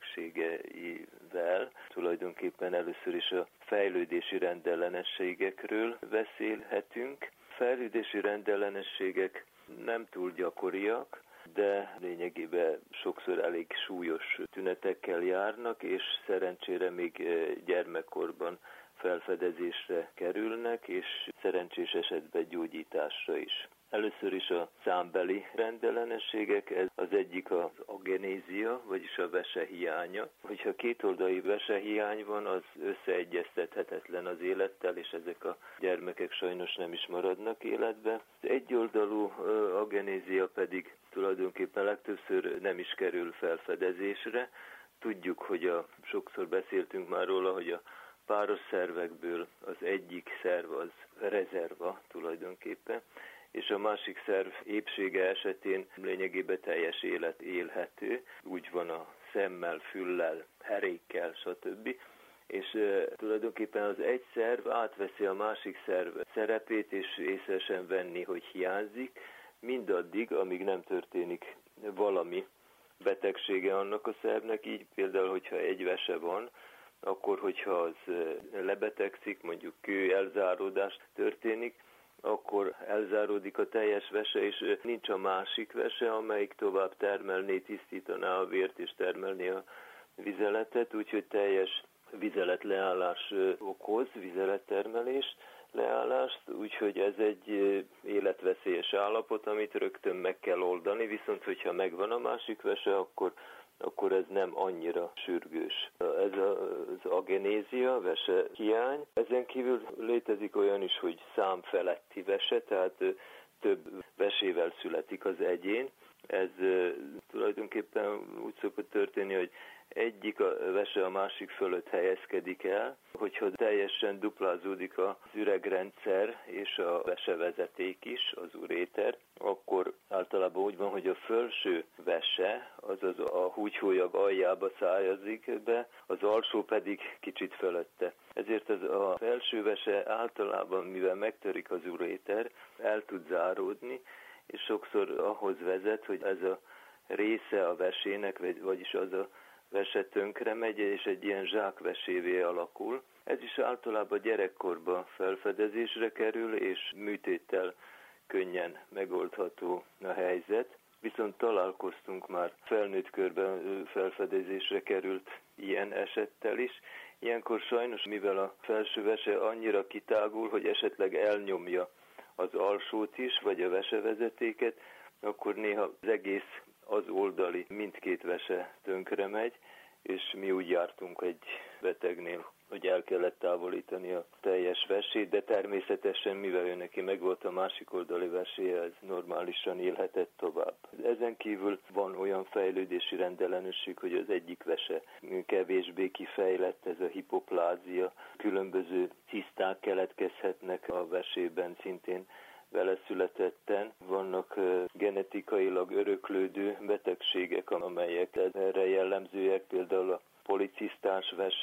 betegségeivel, tulajdonképpen először is a fejlődési rendellenességekről beszélhetünk. Fejlődési rendellenességek nem túl gyakoriak, de lényegében sokszor elég súlyos tünetekkel járnak, és szerencsére még gyermekkorban felfedezésre kerülnek, és szerencsés esetben gyógyításra is. Először is a számbeli rendellenességek, ez az egyik az agenézia, vagyis a vese hiánya. Hogyha kétoldali vese hiány van, az összeegyeztethetetlen az élettel, és ezek a gyermekek sajnos nem is maradnak életbe. Az egyoldalú agenézia pedig tulajdonképpen legtöbbször nem is kerül felfedezésre. Tudjuk, hogy a, sokszor beszéltünk már róla, hogy a páros szervekből az egyik szerv az rezerva tulajdonképpen, és a másik szerv épsége esetén lényegében teljes élet élhető, úgy van a szemmel, füllel, herékkel, stb. És e, tulajdonképpen az egy szerv átveszi a másik szerv szerepét, és észre sem venni, hogy hiányzik, mindaddig, amíg nem történik valami betegsége annak a szervnek, így például, hogyha egy vese van, akkor, hogyha az lebetegszik, mondjuk kő elzáródás történik, akkor elzáródik a teljes vese, és nincs a másik vese, amelyik tovább termelné, tisztítaná a vért és termelné a vizeletet, úgyhogy teljes vizeletleállás okoz, vizelettermelést, leállást, úgyhogy ez egy életveszélyes állapot, amit rögtön meg kell oldani, viszont hogyha megvan a másik vese, akkor, akkor ez nem annyira sürgős. Ez az agenézia, vese hiány. Ezen kívül létezik olyan is, hogy szám feletti vese, tehát több vesével születik az egyén. Ez tulajdonképpen úgy szokott történni, hogy egyik a vese a másik fölött helyezkedik el, hogyha teljesen duplázódik az üregrendszer és a vesevezeték is, az uréter, akkor általában úgy van, hogy a felső vese, azaz a húgyhólyag aljába száryazik be, az alsó pedig kicsit fölötte. Ezért az a felső vese általában, mivel megtörik az uréter, el tud záródni, és sokszor ahhoz vezet, hogy ez a része a vesének, vagyis az a vese tönkre megy, és egy ilyen zsákvesévé alakul. Ez is általában gyerekkorban felfedezésre kerül, és műtéttel könnyen megoldható a helyzet. Viszont találkoztunk már felnőtt körben felfedezésre került ilyen esettel is. Ilyenkor sajnos, mivel a felső vese annyira kitágul, hogy esetleg elnyomja az alsót is, vagy a vesevezetéket, akkor néha az egész az oldali mindkét vese tönkre megy, és mi úgy jártunk egy betegnél, hogy el kellett távolítani a teljes vesét, de természetesen, mivel ő neki megvolt a másik oldali veséje, ez normálisan élhetett tovább. Ezen kívül van olyan fejlődési rendellenesség, hogy az egyik vese kevésbé kifejlett, ez a hipoplázia, különböző ciszták keletkezhetnek a vesében szintén vele születetten. Vannak genetikailag öröklődő betegségek, amelyek erre jellemzőek, például a policisztás vese,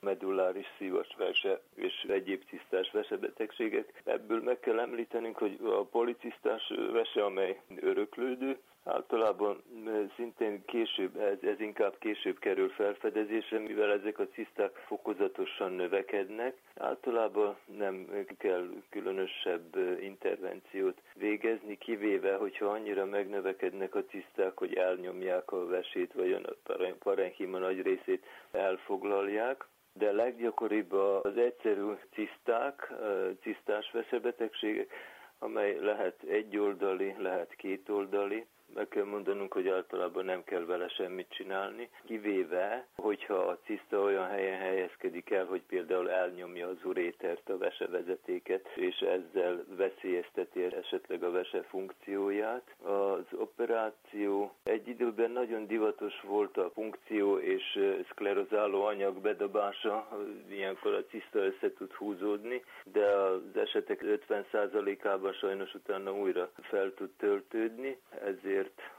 medulláris szívas vese és egyéb cisztás vesebetegségek. Ebből meg kell említenünk, hogy a policisztás vese, amely öröklődő, általában szintén később, ez, ez inkább később kerül felfedezésre, mivel ezek a ciszták fokozatosan növekednek. Általában nem kell különösebb intervenciót végezni, kivéve, hogyha annyira megnövekednek a ciszták, hogy elnyomják a vesét, vagy a parenchima nagy részét elfoglalják. De leggyakoribb az egyszerű ciszták, cisztás vesebetegségek, amely lehet egyoldali, lehet kétoldali. Meg kell mondanunk, hogy általában nem kell vele semmit csinálni, kivéve, hogyha a ciszta olyan helyen helyezkedik el, hogy például elnyomja az urétert, a vesevezetéket, és ezzel veszélyezteti esetleg a vese funkcióját. Az operáció egy időben nagyon divatos volt a punkció és szklerozáló anyag bedobása, ilyenkor a ciszta össze tud húzódni, de az esetek ötven százalékában sajnos utána újra fel tud töltődni, ezért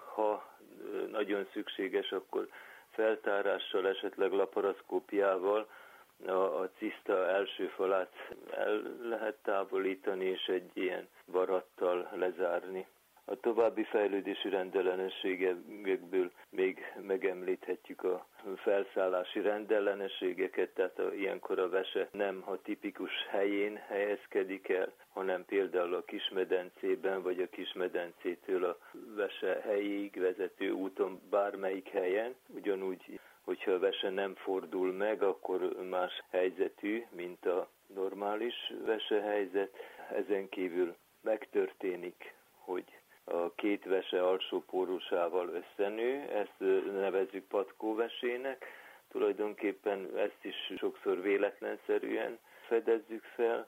ha nagyon szükséges, akkor feltárással, esetleg laparaszkópiával a, a ciszta első falát el lehet távolítani, és egy ilyen varattal lezárni. A további fejlődési rendellenességekből még megemlíthetjük a felszállási rendellenességeket, tehát a, ilyenkor a vese nem a tipikus helyén helyezkedik el, hanem például a kismedencében, vagy a kismedencétől a vese helyéig vezető úton bármelyik helyen. Ugyanúgy, hogyha a vese nem fordul meg, akkor más helyzetű, mint a normális vesehelyzet. Ezen kívül megtörténik, hogy a két vese alsó pórusával összenő, ezt nevezzük patkóvesének. Tulajdonképpen ezt is sokszor véletlenszerűen fedezzük fel,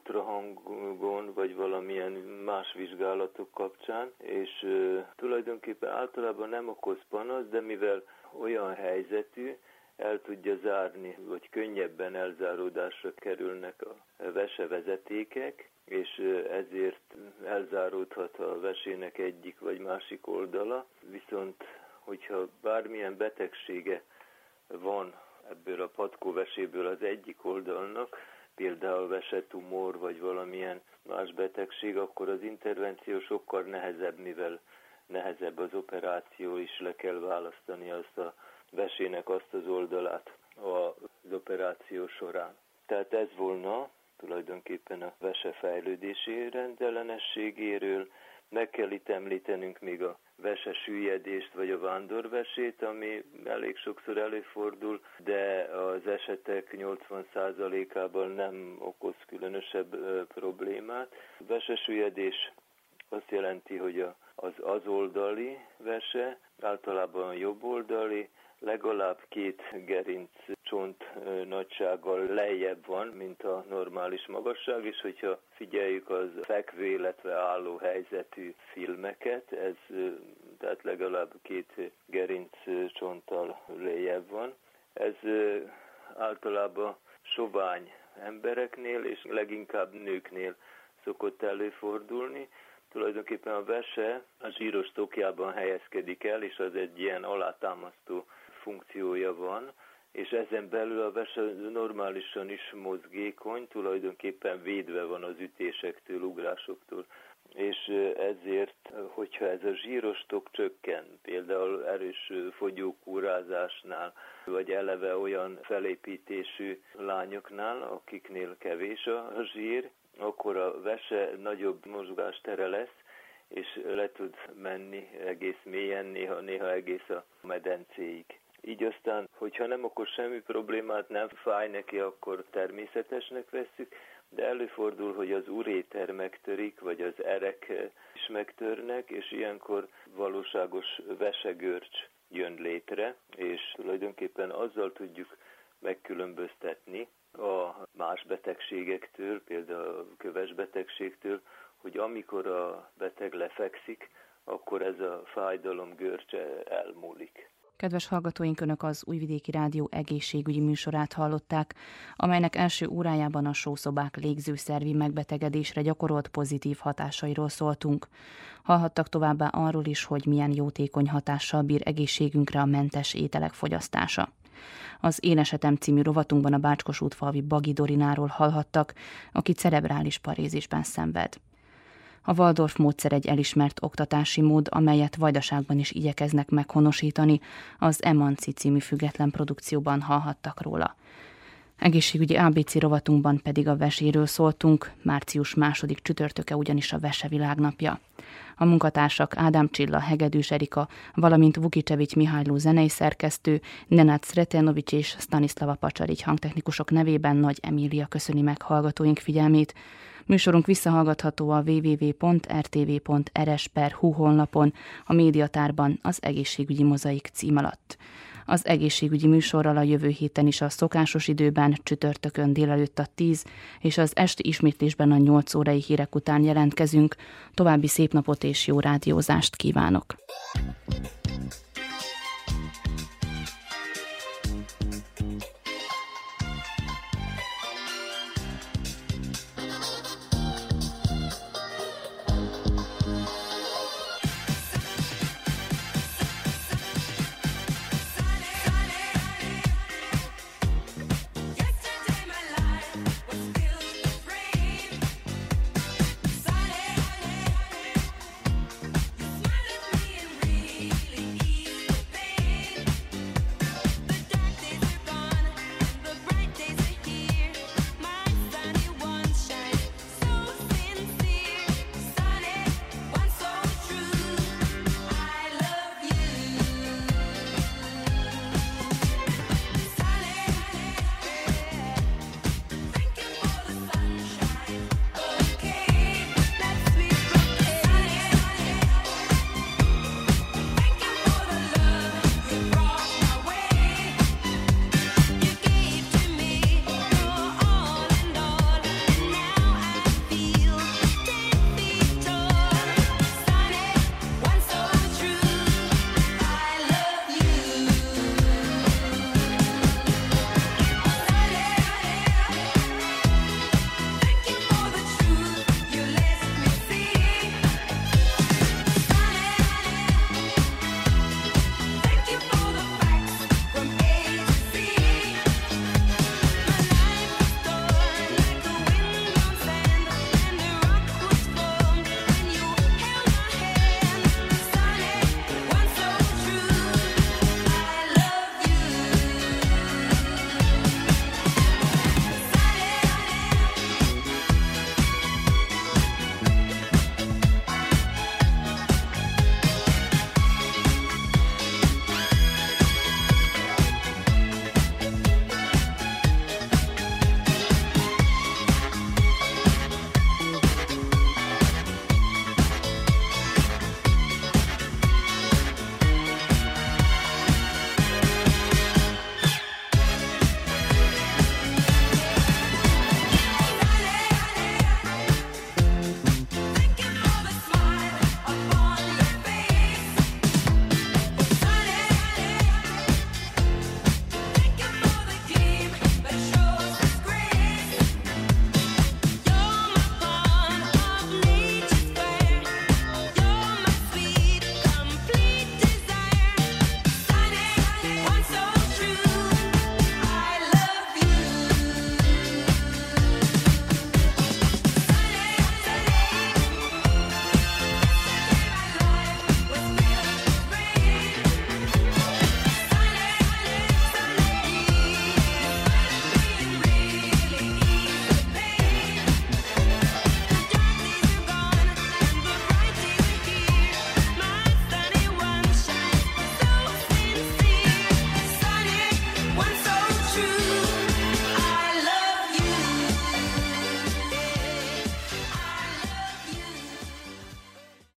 ultrahangon vagy valamilyen más vizsgálatok kapcsán, és uh, tulajdonképpen általában nem okoz panasz, de mivel olyan helyzetű, el tudja zárni, vagy könnyebben elzáródásra kerülnek a vesevezetékek, és ezért elzáródhat a vesének egyik vagy másik oldala, viszont hogyha bármilyen betegsége van ebből a patkóveséből az egyik oldalnak, például vesetumor vagy valamilyen más betegség, akkor az intervenció sokkal nehezebb, mivel nehezebb az operáció is, le kell választani azt a vesének azt az oldalát az operáció során. Tehát ez volna tulajdonképpen a vese fejlődési rendellenességéről. Meg kell itt említenünk még a vese süllyedést vagy a vándorvesét, ami elég sokszor előfordul, de az esetek nyolcvan százalékában nem okoz különösebb ö, problémát. A vesesüllyedés azt jelenti, hogy a, az azoldali vese, általában jobboldali, legalább két gerinc csont nagysággal lejjebb van, mint a normális magasság, és hogyha figyeljük az fekvő, illetve álló helyzetű filmeket, ez tehát legalább két gerinc csonttal lejjebb van. Ez általában sovány embereknél és leginkább nőknél szokott előfordulni. Tulajdonképpen a vese a zsíros tokjában helyezkedik el, és az egy ilyen alátámasztó funkciója van, és ezen belül a vese normálisan is mozgékony, tulajdonképpen védve van az ütésektől, ugrásoktól. És ezért, hogyha ez a zsíros tok csökken, például erős fogyókúrázásnál, vagy eleve olyan felépítésű lányoknál, akiknél kevés a zsír, akkor a vese nagyobb mozgástere lesz, és le tud menni egész mélyen, néha, néha egész a medencéig. Így aztán, hogyha nem okoz semmi problémát, nem fáj neki, akkor természetesnek vesszük, de előfordul, hogy az uréter megtörik, vagy az erek is megtörnek, és ilyenkor valóságos vesegörcs jön létre, és tulajdonképpen azzal tudjuk megkülönböztetni a más betegségektől, például a kövesbetegségtől, hogy amikor a beteg lefekszik, akkor ez a fájdalom görcse elmúlik. Kedves hallgatóink, Önök az Újvidéki Rádió egészségügyi műsorát hallották, amelynek első órájában a sószobák légzőszervi megbetegedésre gyakorolt pozitív hatásairól szóltunk. Hallhattak továbbá arról is, hogy milyen jótékony hatással bír egészségünkre a mentes ételek fogyasztása. Az Én esetem című rovatunkban a Bácskos-útfalvi Bagi Dorináról hallhattak, aki cerebrális parézisben szenved. A Waldorf módszer egy elismert oktatási mód, amelyet Vajdaságban is igyekeznek meghonosítani, az Emanci című független produkcióban hallhattak róla. Egészségügyi á bé cé rovatunkban pedig a veséről szóltunk, március második csütörtöke ugyanis a Vese világnapja. A munkatársak Ádám Csilla, Hegedűs Erika, valamint Vukicevics Mihályló zenei szerkesztő, Nenad Sretenovics és Stanislava Pacsarics hangtechnikusok nevében Nagy Emília köszöni meg hallgatóink figyelmét. Műsorunk visszahallgatható a double-u double-u double-u pont r t v pont r s pont h u honlapon, a médiatárban az egészségügyi mozaik cím alatt. Az egészségügyi műsorral a jövő héten is a szokásos időben, csütörtökön délelőtt a tíz és az esti ismétlésben a nyolc órai hírek után jelentkezünk. További szép napot és jó rádiózást kívánok!